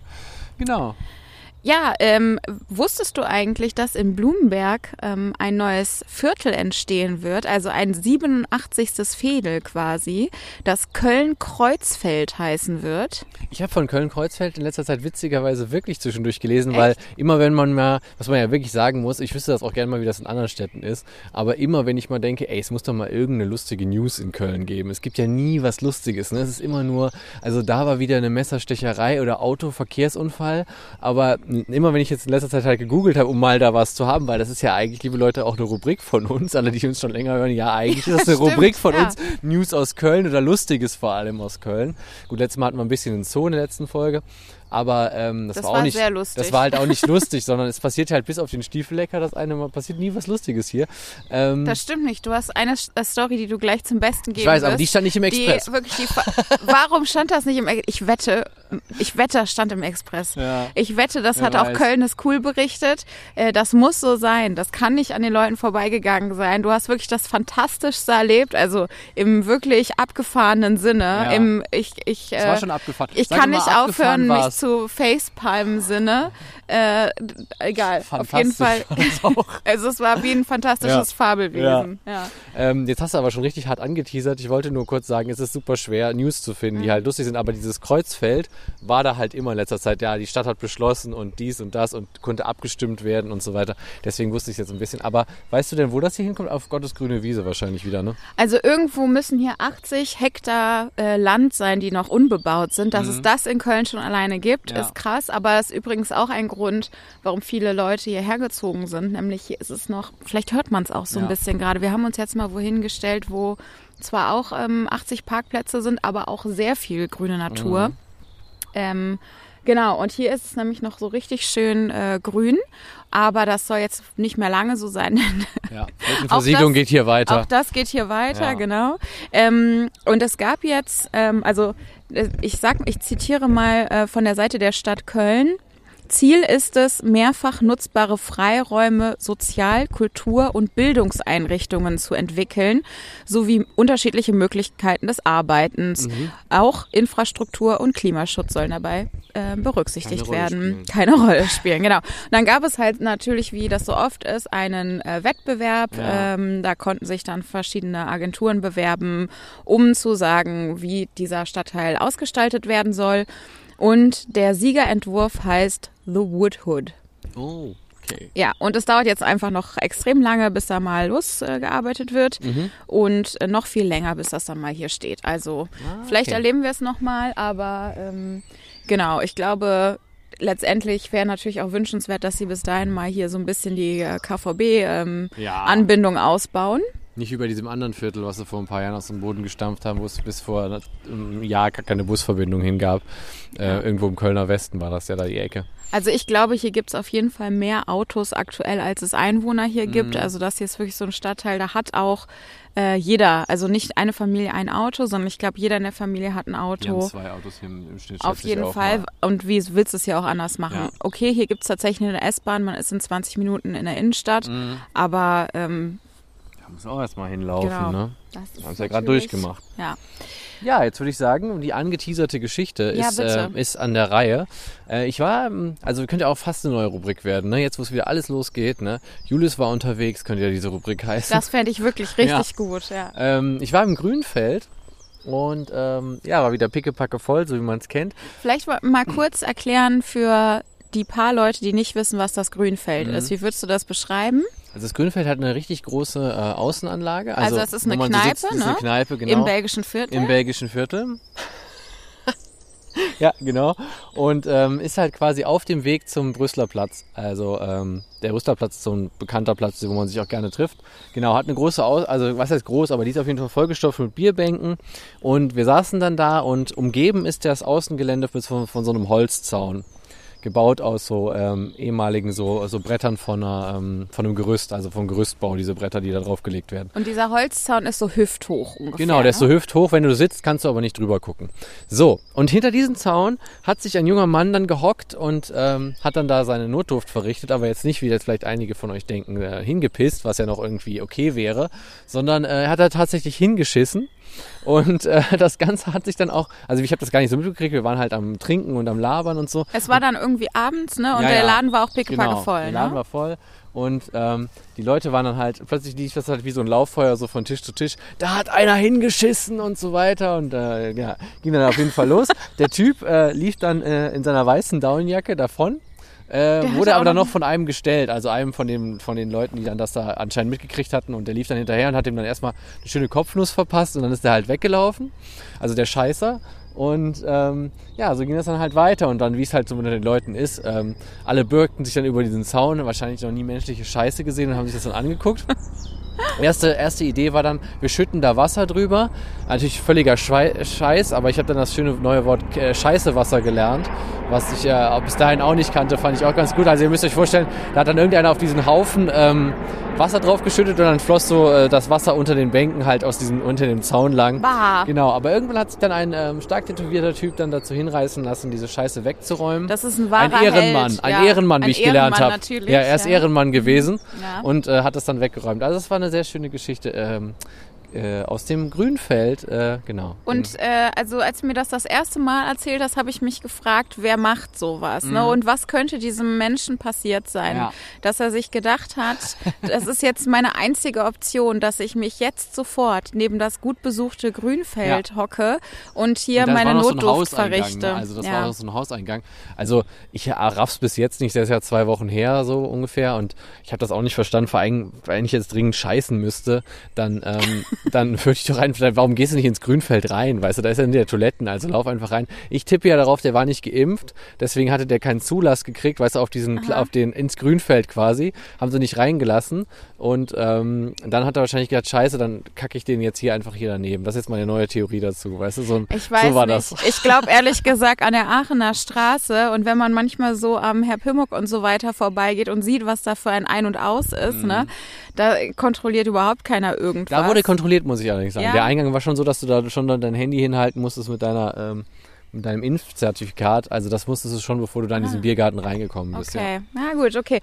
Genau. Ja, wusstest du eigentlich, dass in Blumenberg ein neues Viertel entstehen wird, also ein 87. Veedel quasi, das Köln-Kreuzfeld heißen wird? Ich habe von Köln-Kreuzfeld in letzter Zeit witzigerweise wirklich zwischendurch gelesen, weil immer wenn man mal, was man ja wirklich sagen muss, ich wüsste das auch gerne mal, wie das in anderen Städten ist, aber immer wenn ich mal denke, es muss doch mal irgendeine lustige News in Köln geben. Es gibt ja nie was Lustiges, ne? Es ist immer nur, also da war wieder eine Messerstecherei oder Autoverkehrsunfall, aber immer wenn ich jetzt in letzter Zeit halt gegoogelt habe, um mal da was zu haben, weil das ist ja eigentlich, liebe Leute, auch eine Rubrik von uns, alle, die uns schon länger hören, ja, eigentlich ist das eine Rubrik von uns, News aus Köln oder Lustiges vor allem aus Köln. Gut, letztes Mal hatten wir ein bisschen den Zoo in der letzten Folge, aber das war auch nicht, sehr lustig. das war halt auch nicht lustig, sondern es passiert halt bis auf den Stiefellecker, das eine Mal passiert nie was Lustiges hier. Das stimmt nicht. Du hast eine Story, die du gleich zum Besten geben Ich weiß, aber wirst, die stand nicht im Express. Warum stand das nicht im Express? Ich wette, das stand im Express. Ja. Ich wette, das Wer hat auch weiß. Köln ist cool berichtet. Das muss so sein. Das kann nicht an den Leuten vorbeigegangen sein. Du hast wirklich das Fantastischste erlebt, also im wirklich abgefahrenen Sinne. Ja. Das war schon abgefahren. Ich Sag kann mal, nicht abgefahren aufhören, mich war's. zu Facepalm-Sinne. Egal, auf jeden Fall. Auch. Also es war wie ein fantastisches Ja. Fabelwesen. Ja. Jetzt hast du aber schon richtig hart angeteasert. Ich wollte nur kurz sagen, es ist super schwer, News zu finden, die halt lustig sind. Aber dieses Kreuzfeld war da halt immer in letzter Zeit. Ja, die Stadt hat beschlossen und dies und das und konnte abgestimmt werden und so weiter. Deswegen wusste ich es jetzt ein bisschen. Aber weißt du denn, wo das hier hinkommt? Auf Gottes grüne Wiese wahrscheinlich wieder, ne? Also irgendwo müssen hier 80 Hektar Land sein, die noch unbebaut sind. Dass es das in Köln schon alleine gibt, Ja. ist krass. Aber es ist übrigens auch ein Grund, warum viele Leute hierher gezogen sind. Nämlich hier ist es noch, vielleicht hört man es auch so ein bisschen gerade. Wir haben uns jetzt mal wohin gestellt, wo zwar auch 80 Parkplätze sind, aber auch sehr viel grüne Natur. Genau, und hier ist es nämlich noch so richtig schön grün, aber das soll jetzt nicht mehr lange so sein. Ja, Versiegelung geht hier weiter. Auch das geht hier weiter, Ja. genau. Und es gab jetzt, ich zitiere mal von der Seite der Stadt Köln. Ziel ist es, mehrfach nutzbare Freiräume, Sozial-, Kultur- und Bildungseinrichtungen zu entwickeln, sowie unterschiedliche Möglichkeiten des Arbeitens. Auch Infrastruktur und Klimaschutz sollen dabei berücksichtigt werden. Keine Rolle spielen, genau. Und dann gab es halt natürlich, wie das so oft ist, einen Wettbewerb. Ja. Da konnten sich dann verschiedene Agenturen bewerben, um zu sagen, wie dieser Stadtteil ausgestaltet werden soll. Und der Siegerentwurf heißt The Woodhood. Oh, okay. Ja, und es dauert jetzt einfach noch extrem lange, bis da mal losgearbeitet wird und noch viel länger, bis das dann mal hier steht. Also vielleicht erleben wir es nochmal, aber genau, ich glaube, letztendlich wäre natürlich auch wünschenswert, dass sie bis dahin mal hier so ein bisschen die KVB-Anbindung ausbauen. Nicht wie bei diesem anderen Viertel, was sie vor ein paar Jahren aus dem Boden gestampft haben, wo es bis vor einem Jahr gar keine Busverbindung hingab. Irgendwo im Kölner Westen war das ja da die Ecke. Also ich glaube, hier gibt es auf jeden Fall mehr Autos aktuell, als es Einwohner hier gibt. Also das hier ist wirklich so ein Stadtteil, da hat auch jeder, also nicht eine Familie ein Auto, sondern ich glaube, jeder in der Familie hat ein Auto. Wir haben 2 Autos hier im Schnitt. Auf jeden Fall. Mal. Und wie willst du es ja auch anders machen? Ja. Okay, hier gibt es tatsächlich eine S-Bahn, man ist in 20 Minuten in der Innenstadt, aber Muss auch erstmal hinlaufen, Genau. ne? Das ist Haben es ja gerade natürlich- durchgemacht. Ja. Ja, jetzt würde ich sagen, die angeteaserte Geschichte Ja, ist, bitte. ist an der Reihe. Ich war, also könnte ja auch fast eine neue Rubrik werden, ne? Jetzt, wo es wieder alles losgeht, ne? Julius war unterwegs, könnte ja diese Rubrik heißen. Das fände ich wirklich richtig gut, ja. Ich war im Grünfeld und war wieder pickepacke voll, so wie man es kennt. Vielleicht mal kurz erklären für die paar Leute, die nicht wissen, was das Grünfeld ist. Wie würdest du das beschreiben? Also das Grünfeld hat eine richtig große Außenanlage. Also das ist eine wo man Kneipe, so sitzt, das ist ne? eine Kneipe, genau. Im belgischen Viertel? Im belgischen Viertel. Ja, genau. Und ist halt quasi auf dem Weg zum Brüsseler Platz. Also der Brüsseler Platz ist so ein bekannter Platz, wo man sich auch gerne trifft. Genau, hat eine große, also was heißt groß, aber die ist auf jeden Fall vollgestopft mit Bierbänken. Und wir saßen dann da und umgeben ist das Außengelände von so einem Holzzaun. Gebaut aus so ehemaligen so Brettern von einem Gerüst, also vom Gerüstbau, diese Bretter, die da draufgelegt werden. Und dieser Holzzaun ist so hüfthoch ungefähr. Genau, der ist so ne? hüfthoch. Wenn du sitzt, kannst du aber nicht drüber gucken. So, und hinter diesem Zaun hat sich ein junger Mann dann gehockt und hat dann da seine Notdurft verrichtet, aber jetzt nicht, wie jetzt vielleicht einige von euch denken, hingepisst, was ja noch irgendwie okay wäre, sondern er hat da tatsächlich hingeschissen. Und das Ganze hat sich dann auch, also ich habe das gar nicht so mitgekriegt, wir waren halt am Trinken und am Labern und so. Es war dann irgendwie abends, ne? Und Ja, der ja. Laden war auch pickepacke Genau, voll, der Laden ne? war voll und die Leute waren dann halt, plötzlich lief das halt wie so ein Lauffeuer so von Tisch zu Tisch. Da hat einer hingeschissen und so weiter und ging dann auf jeden Fall los. Der Typ lief dann in seiner weißen Daunenjacke davon. Wurde aber dann noch von einem gestellt, also einem von den Leuten, die dann das da anscheinend mitgekriegt hatten und der lief dann hinterher und hat ihm dann erstmal eine schöne Kopfnuss verpasst und dann ist der halt weggelaufen, also der Scheißer. Und so ging das dann halt weiter und dann, wie es halt so unter den Leuten ist, alle bürgten sich dann über diesen Zaun, wahrscheinlich noch nie menschliche Scheiße gesehen und haben sich das dann angeguckt. Erste Idee war dann, wir schütten da Wasser drüber. Natürlich völliger Scheiß, aber ich habe dann das schöne neue Wort Scheißewasser gelernt, was ich ja bis dahin auch nicht kannte, fand ich auch ganz gut. Also ihr müsst euch vorstellen, da hat dann irgendeiner auf diesen Haufen Wasser drauf geschüttet und dann floss so das Wasser unter den Bänken halt unter dem Zaun lang. Bah. Genau, aber irgendwann hat sich dann ein stark tätowierter Typ dann dazu hinreißen lassen, diese Scheiße wegzuräumen. Das ist ein wahrer Ein Ehrenmann, Held. ein Ehrenmann, wie ich gelernt habe. Natürlich, Ja, er ist Ehrenmann gewesen Ja. und hat das dann weggeräumt. Also das war eine sehr schöne Geschichte aus dem Grünfeld, genau. Und also als du mir das erste Mal erzählt hast, habe ich mich gefragt, wer macht sowas? Ne? Und was könnte diesem Menschen passiert sein? Ja. Dass er sich gedacht hat, das ist jetzt meine einzige Option, dass ich mich jetzt sofort neben das gut besuchte Grünfeld hocke und hier Und das meine war noch Notdurft so ein Hauseingang, verrichte. ne? Also das war noch so ein Hauseingang. Also ich raff's bis jetzt nicht, das ist ja 2 Wochen her so ungefähr und ich habe das auch nicht verstanden, vor allem, wenn ich jetzt dringend scheißen müsste, dann würde ich doch rein, warum gehst du nicht ins Grünfeld rein, weißt du, da ist ja in der Toiletten, also lauf einfach rein. Ich tippe ja darauf, der war nicht geimpft, deswegen hatte der keinen Zulass gekriegt, weißt du, ins Grünfeld quasi, haben sie nicht reingelassen und dann hat er wahrscheinlich gedacht, scheiße, dann kacke ich den jetzt hier einfach hier daneben. Das ist jetzt meine neue Theorie dazu, weißt du, Ich weiß so war nicht. das. Ich glaube ehrlich gesagt an der Aachener Straße und wenn man manchmal so am Herr Pimmock und so weiter vorbeigeht und sieht, was da für ein Ein- und Aus ist, ne, da kontrolliert überhaupt keiner irgendwas. Da wurde kontrolliert, muss ich allerdings sagen. Ja. Der Eingang war schon so, dass du da schon dein Handy hinhalten musstest mit deinem Impfzertifikat. Also das musstest du schon, bevor du da in diesen Biergarten reingekommen bist. Okay, na gut, okay.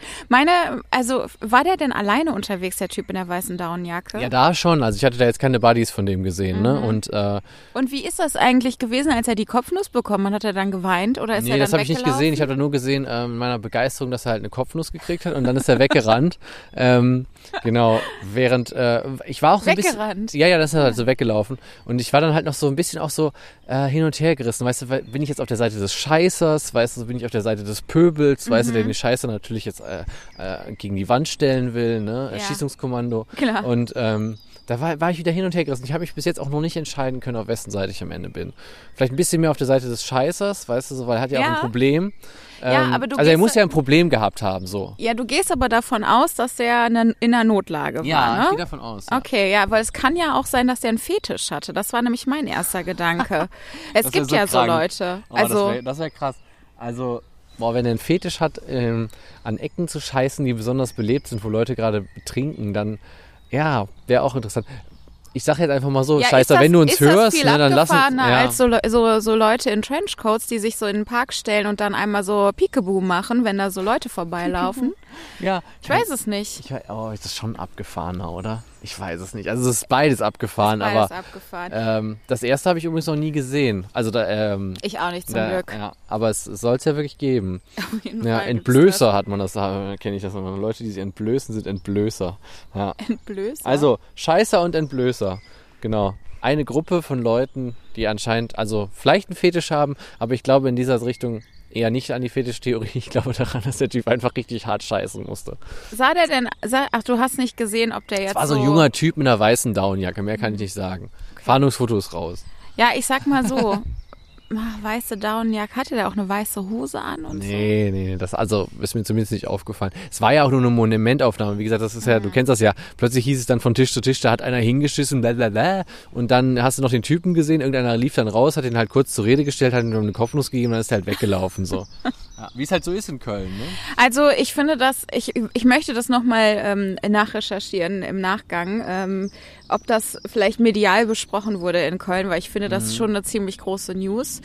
War der denn alleine unterwegs, der Typ in der weißen Daunenjacke? Ja, da schon. Also ich hatte da jetzt keine Buddies von dem gesehen. Ne? Und Und wie ist das eigentlich gewesen, als er die Kopfnuss bekommen hat? Hat er dann geweint oder ist er dann das habe ich nicht weggelaufen? gesehen. Ich habe da nur gesehen in meiner Begeisterung, dass er halt eine Kopfnuss gekriegt hat und dann ist er weggerannt. Genau, während ich war auch so ein bisschen... Weggerannt? Ja, das ist halt so weggelaufen. Und ich war dann halt noch so ein bisschen auch so hin und her gerissen. Weißt du, bin ich jetzt auf der Seite des Scheißers? Weißt du, bin ich auf der Seite des Pöbels? Weißt du, der den Scheißer natürlich jetzt gegen die Wand stellen will, ne? Ja. Erschießungskommando. Klar. Und da war ich wieder hin und her gerissen. Ich habe mich bis jetzt auch noch nicht entscheiden können, auf wessen Seite ich am Ende bin. Vielleicht ein bisschen mehr auf der Seite des Scheißers, weißt du, so, weil er hat ja auch ein Problem. Ja, aber also er muss ja ein Problem gehabt haben, so. Ja, du gehst aber davon aus, dass der in einer Notlage war, ne? ich gehe davon aus. Ja. Okay, ja, weil es kann ja auch sein, dass der einen Fetisch hatte. Das war nämlich mein erster Gedanke. Es Das gibt wär ja so krank. Leute. Oh, Also das wär krass. Also, wenn er einen Fetisch hat, an Ecken zu scheißen, die besonders belebt sind, wo Leute gerade trinken, dann, ja, wäre auch interessant. Ich sag jetzt einfach mal so, ja, Scheißer, wenn du uns ist das hörst, viel ne, dann lass uns... abgefahrener als so Leute in Trenchcoats, die sich so in den Park stellen und dann einmal so Peekaboo machen, wenn da so Leute vorbeilaufen. Ja, Ich weiß es nicht. ist das schon abgefahrener, oder? Ich weiß es nicht. Also es ist beides abgefahren, aber das erste habe ich übrigens noch nie gesehen. Also ich auch nicht, zum Glück. Ja, aber es soll es ja wirklich geben. Auf jeden Ja, Fall Entblößer hat man das, kenne ich das immer. Leute, die sich entblößen, sind Entblößer. Ja. Entblößer? Also Scheißer und Entblößer, genau. Eine Gruppe von Leuten, die anscheinend, also vielleicht einen Fetisch haben, aber ich glaube in dieser Richtung eher nicht an die Fetischtheorie. Ich glaube daran, dass der Typ einfach richtig hart scheißen musste. Ach, du hast nicht gesehen, ob der jetzt Das war so ein junger Typ mit einer weißen Downjacke, mehr kann ich nicht sagen. Okay. Fahndungsfotos raus. Ja, ich sag mal so, weiße Downjacke, hatte der auch eine weiße Hose an und Nee, das ist mir zumindest nicht aufgefallen. Es war ja auch nur eine Momentaufnahme. Wie gesagt, das ist ja, du kennst das ja. Plötzlich hieß es dann von Tisch zu Tisch, da hat einer hingeschissen, blablabla. Und dann hast du noch den Typen gesehen, irgendeiner lief dann raus, hat ihn halt kurz zur Rede gestellt, hat ihm eine Kopfnuss gegeben und dann ist er halt weggelaufen, so. Ja, wie es halt so ist in Köln, ne? Also ich finde ich möchte das nochmal nachrecherchieren im Nachgang, ob das vielleicht medial besprochen wurde in Köln, weil ich finde, das ist schon eine ziemlich große News.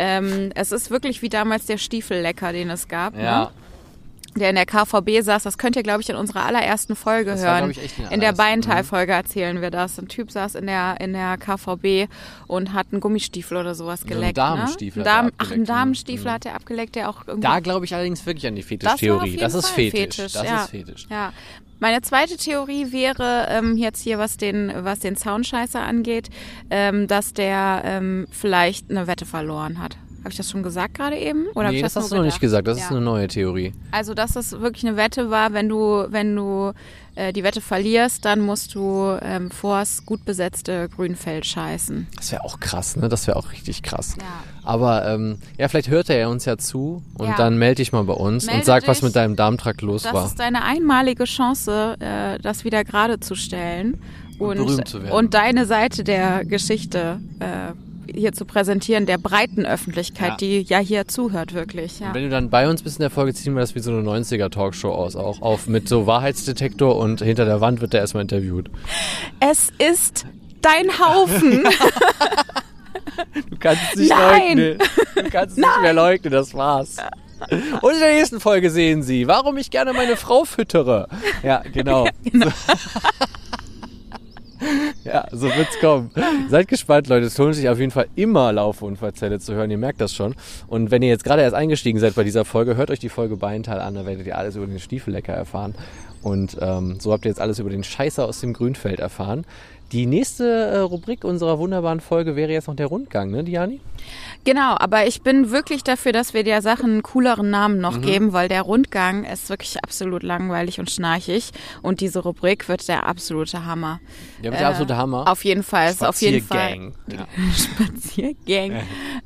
Es ist wirklich wie damals der Stiefellecker, den es gab, ja. Ne? Der in der KVB saß. Das könnt ihr, glaube ich, in unserer allerersten Folge hören. In der Beintal-Folge erzählen wir das. Ein Typ saß in der KVB und hat einen Gummistiefel oder sowas geleckt. Einen Damenstiefel. Einen Damenstiefel hat er abgeleckt, der auch irgendwie... Da glaube ich allerdings wirklich an die Fetischtheorie. Das ist Fetisch. Das ist Fetisch. Ja. Meine zweite Theorie wäre jetzt hier, was den Soundscheißer angeht, dass der vielleicht eine Wette verloren hat. Habe ich das schon gesagt gerade eben? Oder nee, das hast du noch nicht gesagt. Das ist eine neue Theorie. Also, dass es wirklich eine Wette war, wenn du die Wette verlierst, dann musst du vors gut besetzte Grünfeld scheißen. Das wäre auch krass, ne? Das wäre auch richtig krass. Ja. Aber vielleicht hört er uns ja zu und dann melde dich mal bei uns und sag, was mit deinem Darmtrakt los war. Das ist deine einmalige Chance, das wieder gerade zu stellen und berühmt zu werden. Und deine Seite der Geschichte hier zu präsentieren, der breiten Öffentlichkeit, die ja hier zuhört, wirklich. Ja. Und wenn du dann bei uns bist in der Folge, ziehen wir das wie so eine 90er-Talkshow aus, auch auf mit so Wahrheitsdetektor und hinter der Wand wird der erstmal interviewt. Es ist dein Haufen. Du kannst es nicht leugnen. Du kannst es nicht mehr leugnen, das war's. Und in der nächsten Folge sehen Sie, warum ich gerne meine Frau füttere. Ja, genau. Ja, so wird's kommen. Seid gespannt, Leute. Es lohnt sich auf jeden Fall immer Lauf und Verzelle zu hören. Ihr merkt das schon. Und wenn ihr jetzt gerade erst eingestiegen seid bei dieser Folge, hört euch die Folge Beintal an. Da werdet ihr alles über den Stiefellecker erfahren. Und so habt ihr jetzt alles über den Scheißer aus dem Grünfeld erfahren. Die nächste Rubrik unserer wunderbaren Folge wäre jetzt noch der Rundgang, ne, Diani? Genau, aber ich bin wirklich dafür, dass wir der Sache einen cooleren Namen noch geben, weil der Rundgang ist wirklich absolut langweilig und schnarchig und diese Rubrik wird der absolute Hammer. Der wird der absolute Hammer? Auf jeden Fall. Spaziergang. Ja. Spaziergang.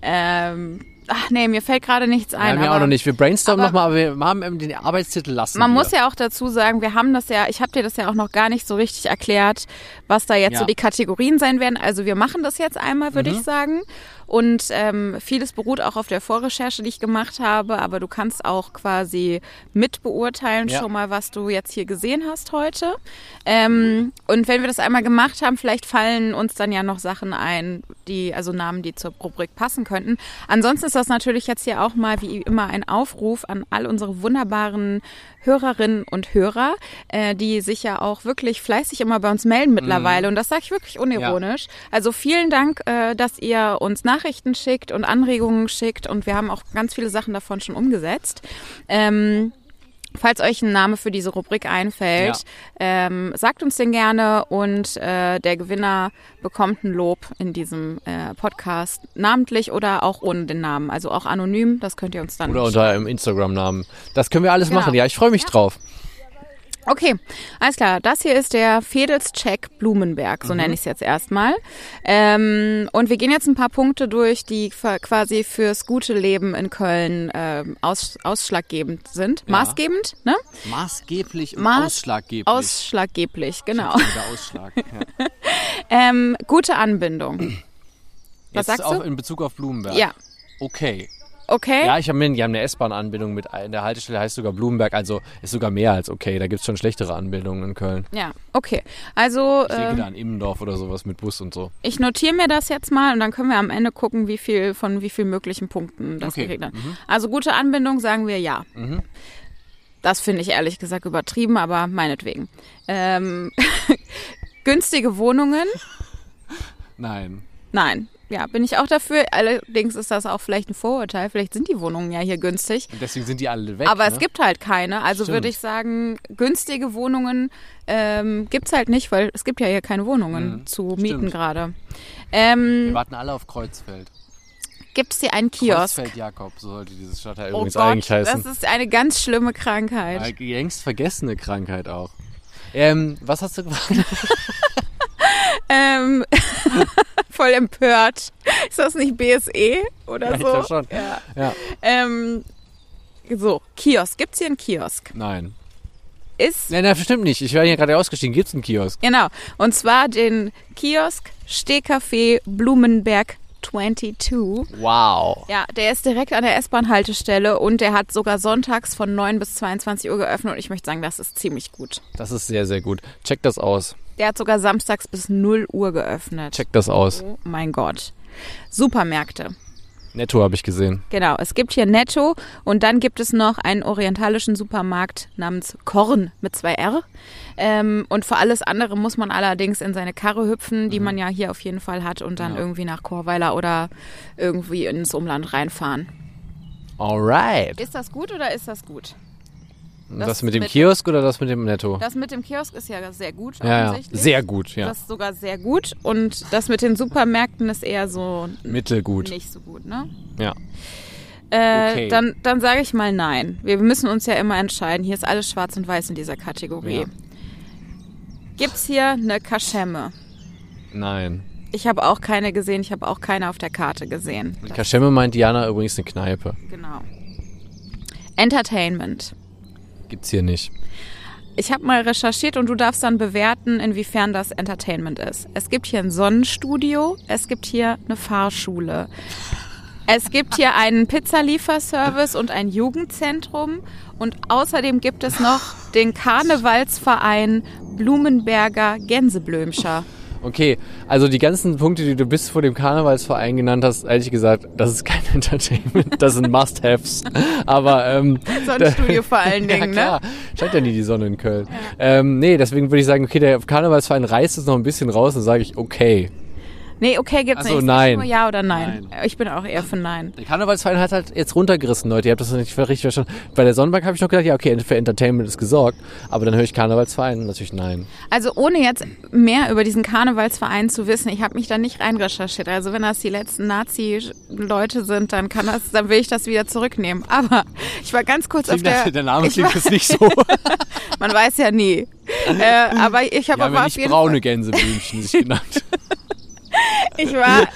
Ach nee, mir fällt gerade nichts ein. Ja, mir auch noch nicht. Wir brainstormen nochmal, aber wir haben den Arbeitstitel lassen. Man muss ja auch dazu sagen, ich habe dir das ja auch noch gar nicht so richtig erklärt, was da jetzt so die Kategorien sein werden. Also wir machen das jetzt einmal, würde ich sagen. Und vieles beruht auch auf der Vorrecherche, die ich gemacht habe, aber du kannst auch quasi mit beurteilen schon mal, was du jetzt hier gesehen hast heute. Und wenn wir das einmal gemacht haben, vielleicht fallen uns dann ja noch Sachen ein, also Namen, die zur Rubrik passen könnten. Ansonsten ist das natürlich jetzt hier auch mal wie immer ein Aufruf an all unsere wunderbaren Hörerinnen und Hörer, die sich ja auch wirklich fleißig immer bei uns melden mittlerweile. Und das sage ich wirklich unironisch. Ja. Also vielen Dank, dass ihr uns Nachrichten schickt und Anregungen schickt. Und wir haben auch ganz viele Sachen davon schon umgesetzt. Falls euch ein Name für diese Rubrik einfällt, sagt uns den gerne und der Gewinner bekommt ein Lob in diesem Podcast, namentlich oder auch ohne den Namen, also auch anonym, das könnt ihr uns dann oder unter einem Instagram-Namen. Das können wir alles machen, ja, ich freue mich drauf. Okay, alles klar. Das hier ist der Fedelscheck Blumenberg, so nenne ich es jetzt erstmal. Und wir gehen jetzt ein paar Punkte durch, die quasi fürs gute Leben in Köln ausschlaggebend sind. Ja. Maßgebend, ne? Maßgeblich und ausschlaggeblich. Ausschlaggeblich, genau. Ausschlag, ja. Gute Anbindung. Was jetzt sagst du? In Bezug auf Blumenberg? Ja. Okay. Ja, die haben eine S-Bahn-Anbindung mit, in der Haltestelle heißt sogar Blumenberg, also ist sogar mehr als okay, da gibt es schon schlechtere Anbindungen in Köln. Ja, okay. Also ich denke da an Immendorf oder sowas mit Bus und so. Ich notiere mir das jetzt mal und dann können wir am Ende gucken, wie viel möglichen Punkten das gekriegt hat. Also gute Anbindung sagen wir ja. Günstige Wohnungen? Nein. Nein. Ja, bin ich auch dafür. Allerdings ist das auch vielleicht ein Vorurteil. Vielleicht sind die Wohnungen ja hier günstig. Und deswegen sind die alle weg. Aber ne? es gibt halt keine. Also Stimmt. würde ich sagen, günstige Wohnungen gibt's halt nicht, weil es gibt ja hier keine Wohnungen zu mieten Stimmt. gerade. Wir warten alle auf Kreuzfeld. Gibt's hier einen Kiosk? Kreuzfeld-Jakob, so sollte dieses Stadtteil Oh übrigens Gott, eigentlich heißen. das ist eine ganz schlimme Krankheit. Eine längst vergessene Krankheit auch. Was hast du gefragt? Voll empört. Ist das nicht BSE oder Ja, ich so? glaub schon. Ja. Ja. So, Kiosk. Gibt's hier einen Kiosk? Nein. Ist, Nein, bestimmt nicht. Ich war hier gerade ausgestiegen. Gibt's einen Kiosk? genau. Und zwar den Kiosk Stehcafé Blumenberg 22. Wow. Ja, der ist direkt an der S-Bahn-Haltestelle und der hat sogar sonntags von 9 bis 22 Uhr geöffnet und ich möchte sagen, das ist ziemlich gut. Das ist sehr, sehr gut. Check das aus. Der hat sogar samstags bis 0 Uhr geöffnet. Check das aus. Oh mein Gott. Supermärkte. Netto habe ich gesehen. Genau, es gibt hier Netto und dann gibt es noch einen orientalischen Supermarkt namens Korn mit 2 R. Und für alles andere muss man allerdings in seine Karre hüpfen, die man ja hier auf jeden Fall hat und dann irgendwie nach Chorweiler oder irgendwie ins Umland reinfahren. Alright. Ist das gut oder ist das gut? Das mit dem mit- Kiosk oder das mit dem Netto? Das mit dem Kiosk ist ja sehr gut Ja, offensichtlich. sehr gut, ja. Das ist sogar sehr gut und das mit den Supermärkten ist eher so Mittelgut. nicht so gut, ne? Ja. Okay. Dann sage ich mal nein. Wir müssen uns ja immer entscheiden. Hier ist alles schwarz und weiß in dieser Kategorie. Ja. Gibt's hier eine Kaschemme? Nein. Ich habe auch keine gesehen. Ich habe auch keine auf der Karte gesehen. Mit Kaschemme meint Diana übrigens eine Kneipe. Genau. Entertainment. Gibt's hier nicht. Ich habe mal recherchiert und du darfst dann bewerten, inwiefern das Entertainment ist. Es gibt hier ein Sonnenstudio, es gibt hier eine Fahrschule. Es gibt hier einen Pizzalieferservice und ein Jugendzentrum und außerdem gibt es noch den Karnevalsverein Blumenberger Gänseblümscher. Okay, also die ganzen Punkte, die du bis vor dem Karnevalsverein genannt hast, ehrlich gesagt, das ist kein Entertainment, das sind Must-Haves. Aber Sonnenstudio vor allen Dingen, ja, klar. ne? Scheint ja nie die Sonne in Köln. Nee, deswegen würde ich sagen, okay, der Karnevalsverein reißt es noch ein bisschen raus, dann sage ich okay. Nee, okay, gibt's Ach so, nicht. Es nein. ist nur ja oder nein. Nein. Ich bin auch eher für nein. Der Karnevalsverein hat halt jetzt runtergerissen, Leute. Ihr habt das nicht richtig verstanden. Bei der Sonnenbank habe ich noch gedacht, ja, okay, für Entertainment ist gesorgt. Aber dann höre ich Karnevalsverein, natürlich nein. Also ohne jetzt mehr über diesen Karnevalsverein zu wissen, ich habe mich da nicht reinrecherchiert. Also wenn das die letzten Nazi-Leute sind, dann will ich das wieder zurücknehmen. Aber ich war ganz kurz auf Der Name ich klingt war- jetzt nicht so. Man weiß ja nie. Aber ich Die habe haben ja aber auf nicht jeden braune Fall, Gänseblümchen sich genannt. ich war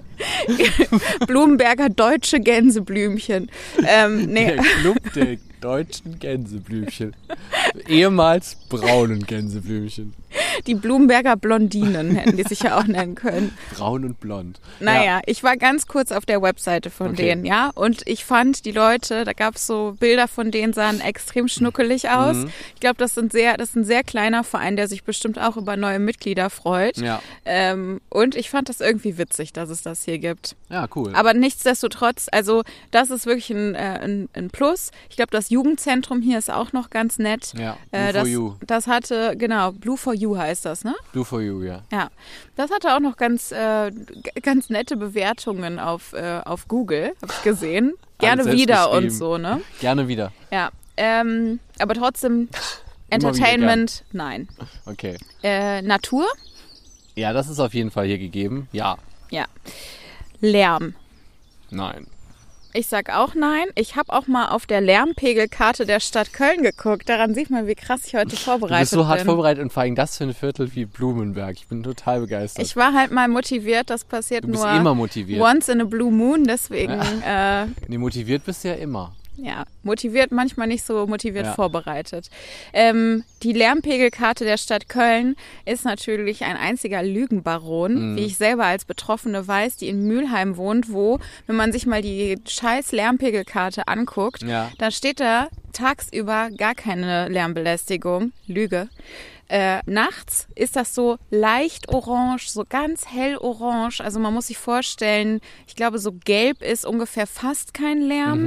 Blumenberger deutsche Gänseblümchen. Nee, Der Club der deutschen Gänseblümchen. Ehemals braunen Gänseblümchen. die Blumenberger Blondinen hätten die sich ja auch nennen können. Braun und blond. Naja, ich war ganz kurz auf der Webseite von Okay. denen, ja, und ich fand die Leute, da gab es so Bilder von denen, sahen extrem schnuckelig aus. Ich glaube, das ist ein sehr kleiner Verein, der sich bestimmt auch über neue Mitglieder freut. Ja. Und ich fand das irgendwie witzig, dass es das hier gibt. Ja, cool. Aber nichtsdestotrotz, also das ist wirklich ein Plus. Ich glaube, das Jugendzentrum hier ist auch noch ganz nett. Ja, Blue for You. Das hatte, genau, Blue for You heißt das, ne? Blue for You, ja. Ja, das hatte auch noch ganz nette Bewertungen auf Google, habe ich gesehen. Gerne Alles wieder selbst und geschrieben. so, ne? Gerne wieder. Ja, aber trotzdem Immer wieder Entertainment, nein. Okay. Natur, Ja, das ist auf jeden Fall hier gegeben. Ja. ja. Lärm. Nein. Ich sag auch nein. Ich habe auch mal auf der Lärmpegelkarte der Stadt Köln geguckt. Daran sieht man, wie krass ich heute Du vorbereitet bist so hart bin. vorbereitet und vor allem das für ein Viertel wie Blumenberg. Ich bin total begeistert. Ich war halt mal motiviert. Das passiert Du bist nur immer motiviert. once in a blue moon. Deswegen, Nee, motiviert bist du ja immer. ja, motiviert, manchmal nicht so motiviert Ja. vorbereitet. Die Lärmpegelkarte der Stadt Köln ist natürlich ein einziger Lügenbaron, wie ich selber als Betroffene weiß, die in Mülheim wohnt, wo, wenn man sich mal die scheiß Lärmpegelkarte anguckt, Ja. dann steht da tagsüber gar keine Lärmbelästigung. Lüge. Nachts ist das so leicht orange, so ganz hell orange. Also man muss sich vorstellen, ich glaube, so gelb ist ungefähr fast kein Lärm.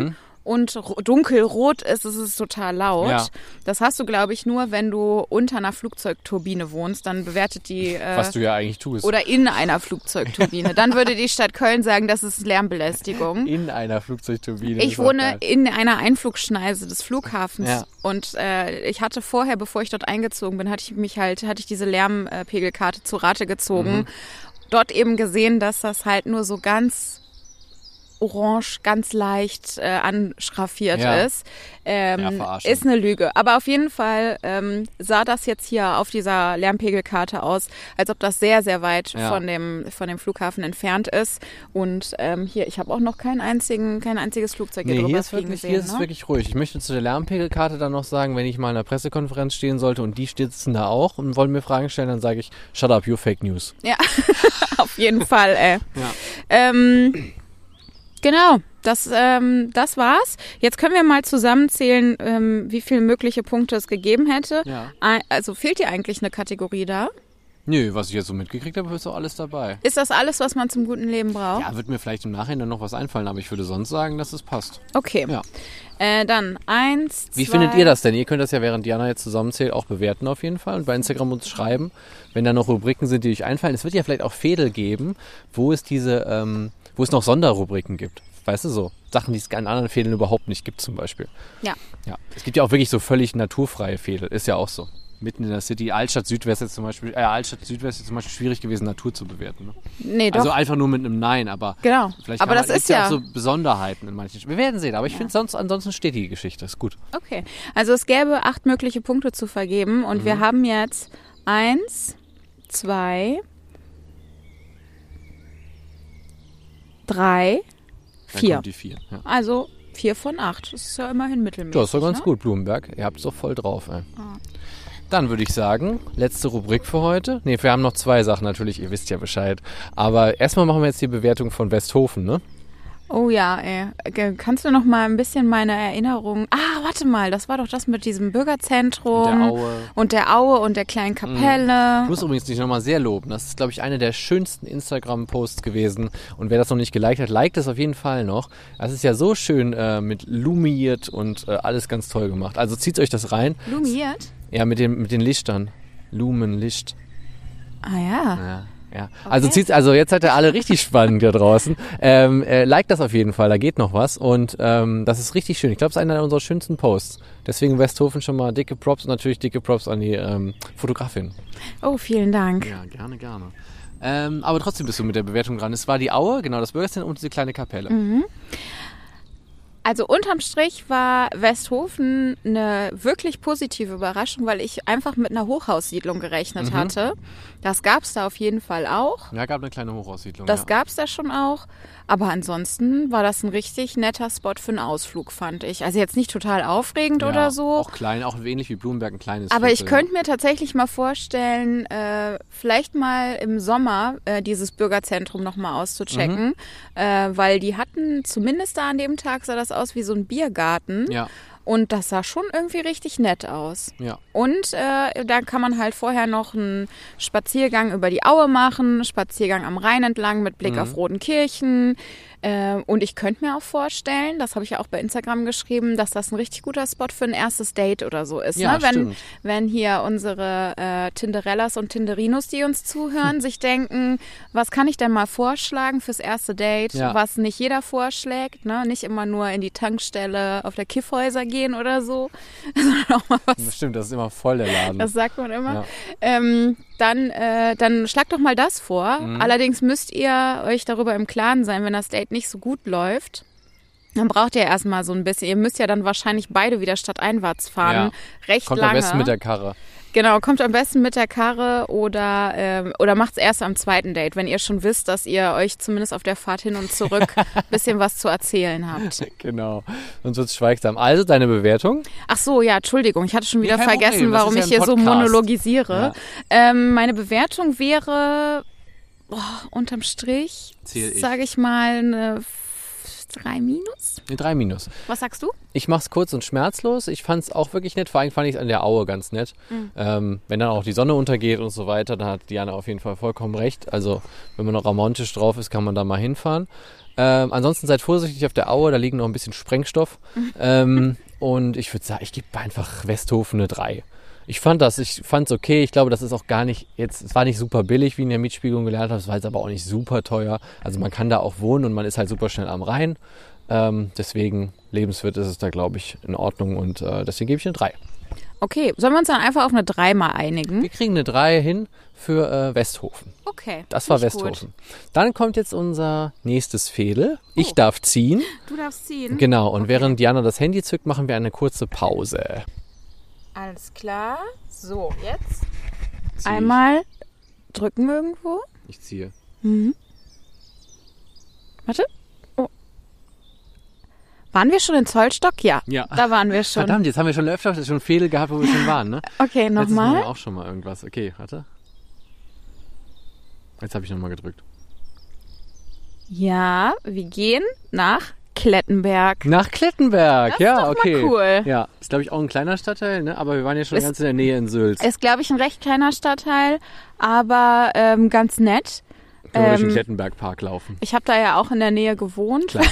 und dunkelrot ist, ist es total laut. Ja. Das hast du, glaube ich, nur, wenn du unter einer Flugzeugturbine wohnst. Dann bewertet die... Was du ja eigentlich tust. Oder in einer Flugzeugturbine. Dann würde die Stadt Köln sagen, das ist Lärmbelästigung. In einer Flugzeugturbine. Ich wohne in einer Einflugschneise des Flughafens Ja. und ich hatte vorher, bevor ich dort eingezogen bin, hatte ich diese Lärmpegelkarte zu Rate gezogen. Dort eben gesehen, dass das halt nur so ganz orange, ganz leicht anschraffiert ist. Verarschung. Ist eine Lüge. Aber auf jeden Fall sah das jetzt hier auf dieser Lärmpegelkarte aus, als ob das sehr, sehr weit von dem Flughafen entfernt ist. Und hier, ich habe auch noch kein einziges Flugzeug hier drüber fliegen gesehen. Hier ist es wirklich ruhig. Ich möchte zu der Lärmpegelkarte dann noch sagen, wenn ich mal in einer Pressekonferenz stehen sollte und die sitzen da auch und wollen mir Fragen stellen, dann sage ich, shut up, you fake news. Ja, auf jeden Fall, ey. Ja. Genau, das war's. Jetzt können wir mal zusammenzählen, wie viele mögliche Punkte es gegeben hätte. Ja. Also fehlt dir eigentlich eine Kategorie da? Nö, was ich jetzt so mitgekriegt habe, ist doch alles dabei. Ist das alles, was man zum guten Leben braucht? Ja, wird mir vielleicht im Nachhinein noch was einfallen, aber ich würde sonst sagen, dass es passt. Okay. Ja. Dann 1, 2... Wie findet ihr das denn? Ihr könnt das ja, während Diana jetzt zusammenzählt, auch bewerten auf jeden Fall und bei Instagram uns schreiben, wenn da noch Rubriken sind, die euch einfallen. Es wird ja vielleicht auch Fädel geben, wo es noch Sonderrubriken gibt. Weißt du, so Sachen, die es an anderen Fädeln überhaupt nicht gibt zum Beispiel. Ja. Es gibt ja auch wirklich so völlig naturfreie Fädel. Ist ja auch so. Mitten in der City. Altstadt Südwest ist zum Beispiel schwierig gewesen, Natur zu bewerten. Ne? Nee, doch. Also einfach nur mit einem Nein, aber genau. vielleicht aber das ist ja auch so Besonderheiten in manchen. Wir werden sehen, aber ich finde ansonsten steht die Geschichte. Ist gut. Okay. Also es gäbe 8 mögliche Punkte zu vergeben und wir haben jetzt 1, 2, 3, 4. Dann kommt die 4. Ja. Also 4 von 8. Das ist ja immerhin mittelmäßig. Das ist doch ganz ne? gut, Blumenberg. Ihr habt es doch voll drauf, ey. Dann würde ich sagen, letzte Rubrik für heute. Ne, wir haben noch 2 Sachen natürlich, ihr wisst ja Bescheid. Aber erstmal machen wir jetzt die Bewertung von Westhofen, ne? Oh ja, ey. Kannst du noch mal ein bisschen meine Erinnerungen... warte mal, das war doch das mit diesem Bürgerzentrum. Und der Aue und der kleinen Kapelle. Ich muss übrigens dich nochmal sehr loben. Das ist, glaube ich, einer der schönsten Instagram-Posts gewesen. Und wer das noch nicht geliked hat, liked es auf jeden Fall noch. Das ist ja so schön mit lumiert und alles ganz toll gemacht. Also zieht euch das rein. Lumiert? Ja, mit den Lichtern. Lumenlicht. Ah ja. Ja, also jetzt seid ihr alle richtig spannend hier draußen. Like das auf jeden Fall, da geht noch was und das ist richtig schön. Ich glaube, es ist einer unserer schönsten Posts. Deswegen Westhofen schon mal dicke Props und natürlich dicke Props an die Fotografin. Oh, vielen Dank. Ja, gerne. Aber trotzdem bist du mit der Bewertung dran. Es war die Aue, genau, das Bürgerzentrum und diese kleine Kapelle. Also unterm Strich war Westhofen eine wirklich positive Überraschung, weil ich einfach mit einer Hochhaussiedlung gerechnet hatte. Das gab es da auf jeden Fall auch. Ja, gab eine kleine Hochhaussiedlung. Das gab es da schon auch. Aber ansonsten war das ein richtig netter Spot für einen Ausflug, fand ich. Also jetzt nicht total aufregend oder so. Auch klein, auch ähnlich wie Blumenberg, ein kleines Aber Viertel, ich könnte mir tatsächlich mal vorstellen, vielleicht mal im Sommer dieses Bürgerzentrum nochmal auszuchecken. Weil die hatten, zumindest da an dem Tag sah das aus wie so ein Biergarten. Ja. Und das sah schon irgendwie richtig nett aus. Ja. Und da kann man halt vorher noch einen Spaziergang über die Aue machen, Spaziergang am Rhein entlang mit Blick auf Rodenkirchen. Und ich könnte mir auch vorstellen, das habe ich ja auch bei Instagram geschrieben, dass das ein richtig guter Spot für ein erstes Date oder so ist. Ja, ne? stimmt. Wenn hier unsere Tinderellas und Tinderinos, die uns zuhören, sich denken, was kann ich denn mal vorschlagen fürs erste Date, was nicht jeder vorschlägt, ne? Nicht immer nur in die Tankstelle auf der Kiffhäuser gehen oder so, sondern auch mal was. Das stimmt, das ist immer voll der Laden. Das sagt man immer. Ja. Dann schlagt doch mal das vor. Allerdings müsst ihr euch darüber im Klaren sein, wenn das Date nicht so gut läuft. Dann braucht ihr erstmal so ein bisschen. Ihr müsst ja dann wahrscheinlich beide wieder stadteinwärts fahren. Ja. Recht Kommt lange. am besten mit der Karre. Genau, kommt am besten mit der Karre oder macht's erst am zweiten Date, wenn ihr schon wisst, dass ihr euch zumindest auf der Fahrt hin und zurück ein bisschen was zu erzählen habt. Genau, sonst wird's schweigsam. Also deine Bewertung? Ach so, ja, Entschuldigung, ich hatte schon wieder vergessen, Problem. warum ich hier so monologisiere. Ja. Meine Bewertung wäre unterm Strich, sage ich mal, eine 3 minus. Eine 3 minus. Was sagst du? Ich mach's kurz und schmerzlos. Ich fand's auch wirklich nett. Vor allem fand ich es an der Aue ganz nett. Wenn dann auch die Sonne untergeht und so weiter, dann hat Diana auf jeden Fall vollkommen recht. Also wenn man noch romantisch drauf ist, kann man da mal hinfahren. Ansonsten seid vorsichtig auf der Aue, da liegen noch ein bisschen Sprengstoff. Und ich würde sagen, ich gebe einfach Westhofen eine 3. Ich fand's okay. Ich glaube, das ist auch gar nicht es war nicht super billig, wie in der Mietspiegelung gelernt habe. Es war jetzt aber auch nicht super teuer. Also man kann da auch wohnen und man ist halt super schnell am Rhein. Deswegen, lebenswert ist es da, glaube ich, in Ordnung und deswegen gebe ich eine 3. Okay, sollen wir uns dann einfach auf eine 3 mal einigen? Wir kriegen eine 3 hin für Westhofen. Okay. Das war nicht Westhofen. gut. Dann kommt jetzt unser nächstes Fädel. Ich darf ziehen. Du darfst ziehen. Genau, und Okay. während Diana das Handy zückt, machen wir eine kurze Pause. Alles klar. So, jetzt Zieh einmal drücken irgendwo. Ich ziehe. Warte. Oh. Waren wir schon in Zollstock? Ja. Ja. Da waren wir schon. Verdammt, jetzt haben wir schon öfter schon Fädel gehabt, wo wir schon waren, ne? Okay, Letztes Mal haben nochmal. wir auch schon mal irgendwas. Okay, warte. Jetzt habe ich nochmal gedrückt. Ja, wir gehen nach Klettenberg. Nach Klettenberg, Das ist ja, doch mal okay. cool. Ja, ist glaube ich auch ein kleiner Stadtteil, ne? Aber wir waren ja schon Ist- ganz in der Nähe in Sülz. Ist, glaube ich, ein recht kleiner Stadtteil, aber ganz nett. Können wir durch den Klettenbergpark laufen. Ich habe da ja auch in der Nähe gewohnt. Klar.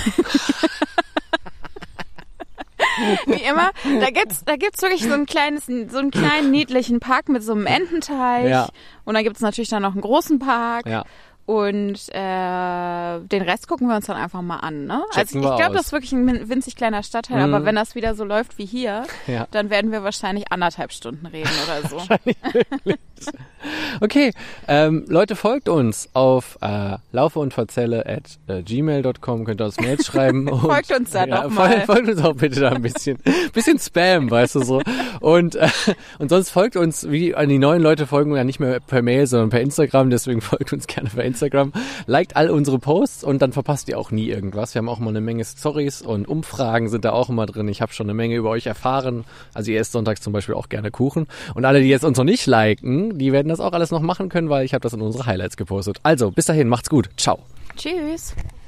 Wie immer, da gibt's wirklich so einen kleinen niedlichen Park mit so einem Ententeich. Ja. Und dann gibt's natürlich dann noch einen großen Park. Ja. Und den Rest gucken wir uns dann einfach mal an. Ne? Also Checken ich wir glaube, aus. das ist wirklich ein winzig kleiner Stadtteil. Aber wenn das wieder so läuft wie hier, Ja. dann werden wir wahrscheinlich 1,5 Stunden reden oder so. Okay, Leute, folgt uns auf laufeundverzelle@gmail.com, könnt ihr uns Mails schreiben. Und, Folgt uns da doch mal. Folgt uns auch bitte da ein bisschen. Bisschen Spam, weißt du so. Und sonst folgt uns, wie an die neuen Leute folgen ja nicht mehr per Mail, sondern per Instagram, deswegen folgt uns gerne per Instagram. Liked all unsere Posts und dann verpasst ihr auch nie irgendwas. Wir haben auch mal eine Menge Stories und Umfragen sind da auch immer drin. Ich habe schon eine Menge über euch erfahren. Also ihr esst sonntags zum Beispiel auch gerne Kuchen. Und alle, die jetzt uns noch nicht liken, die werden das auch alles noch machen können, weil ich habe das in unsere Highlights gepostet. Also, bis dahin, macht's gut. Ciao. Tschüss.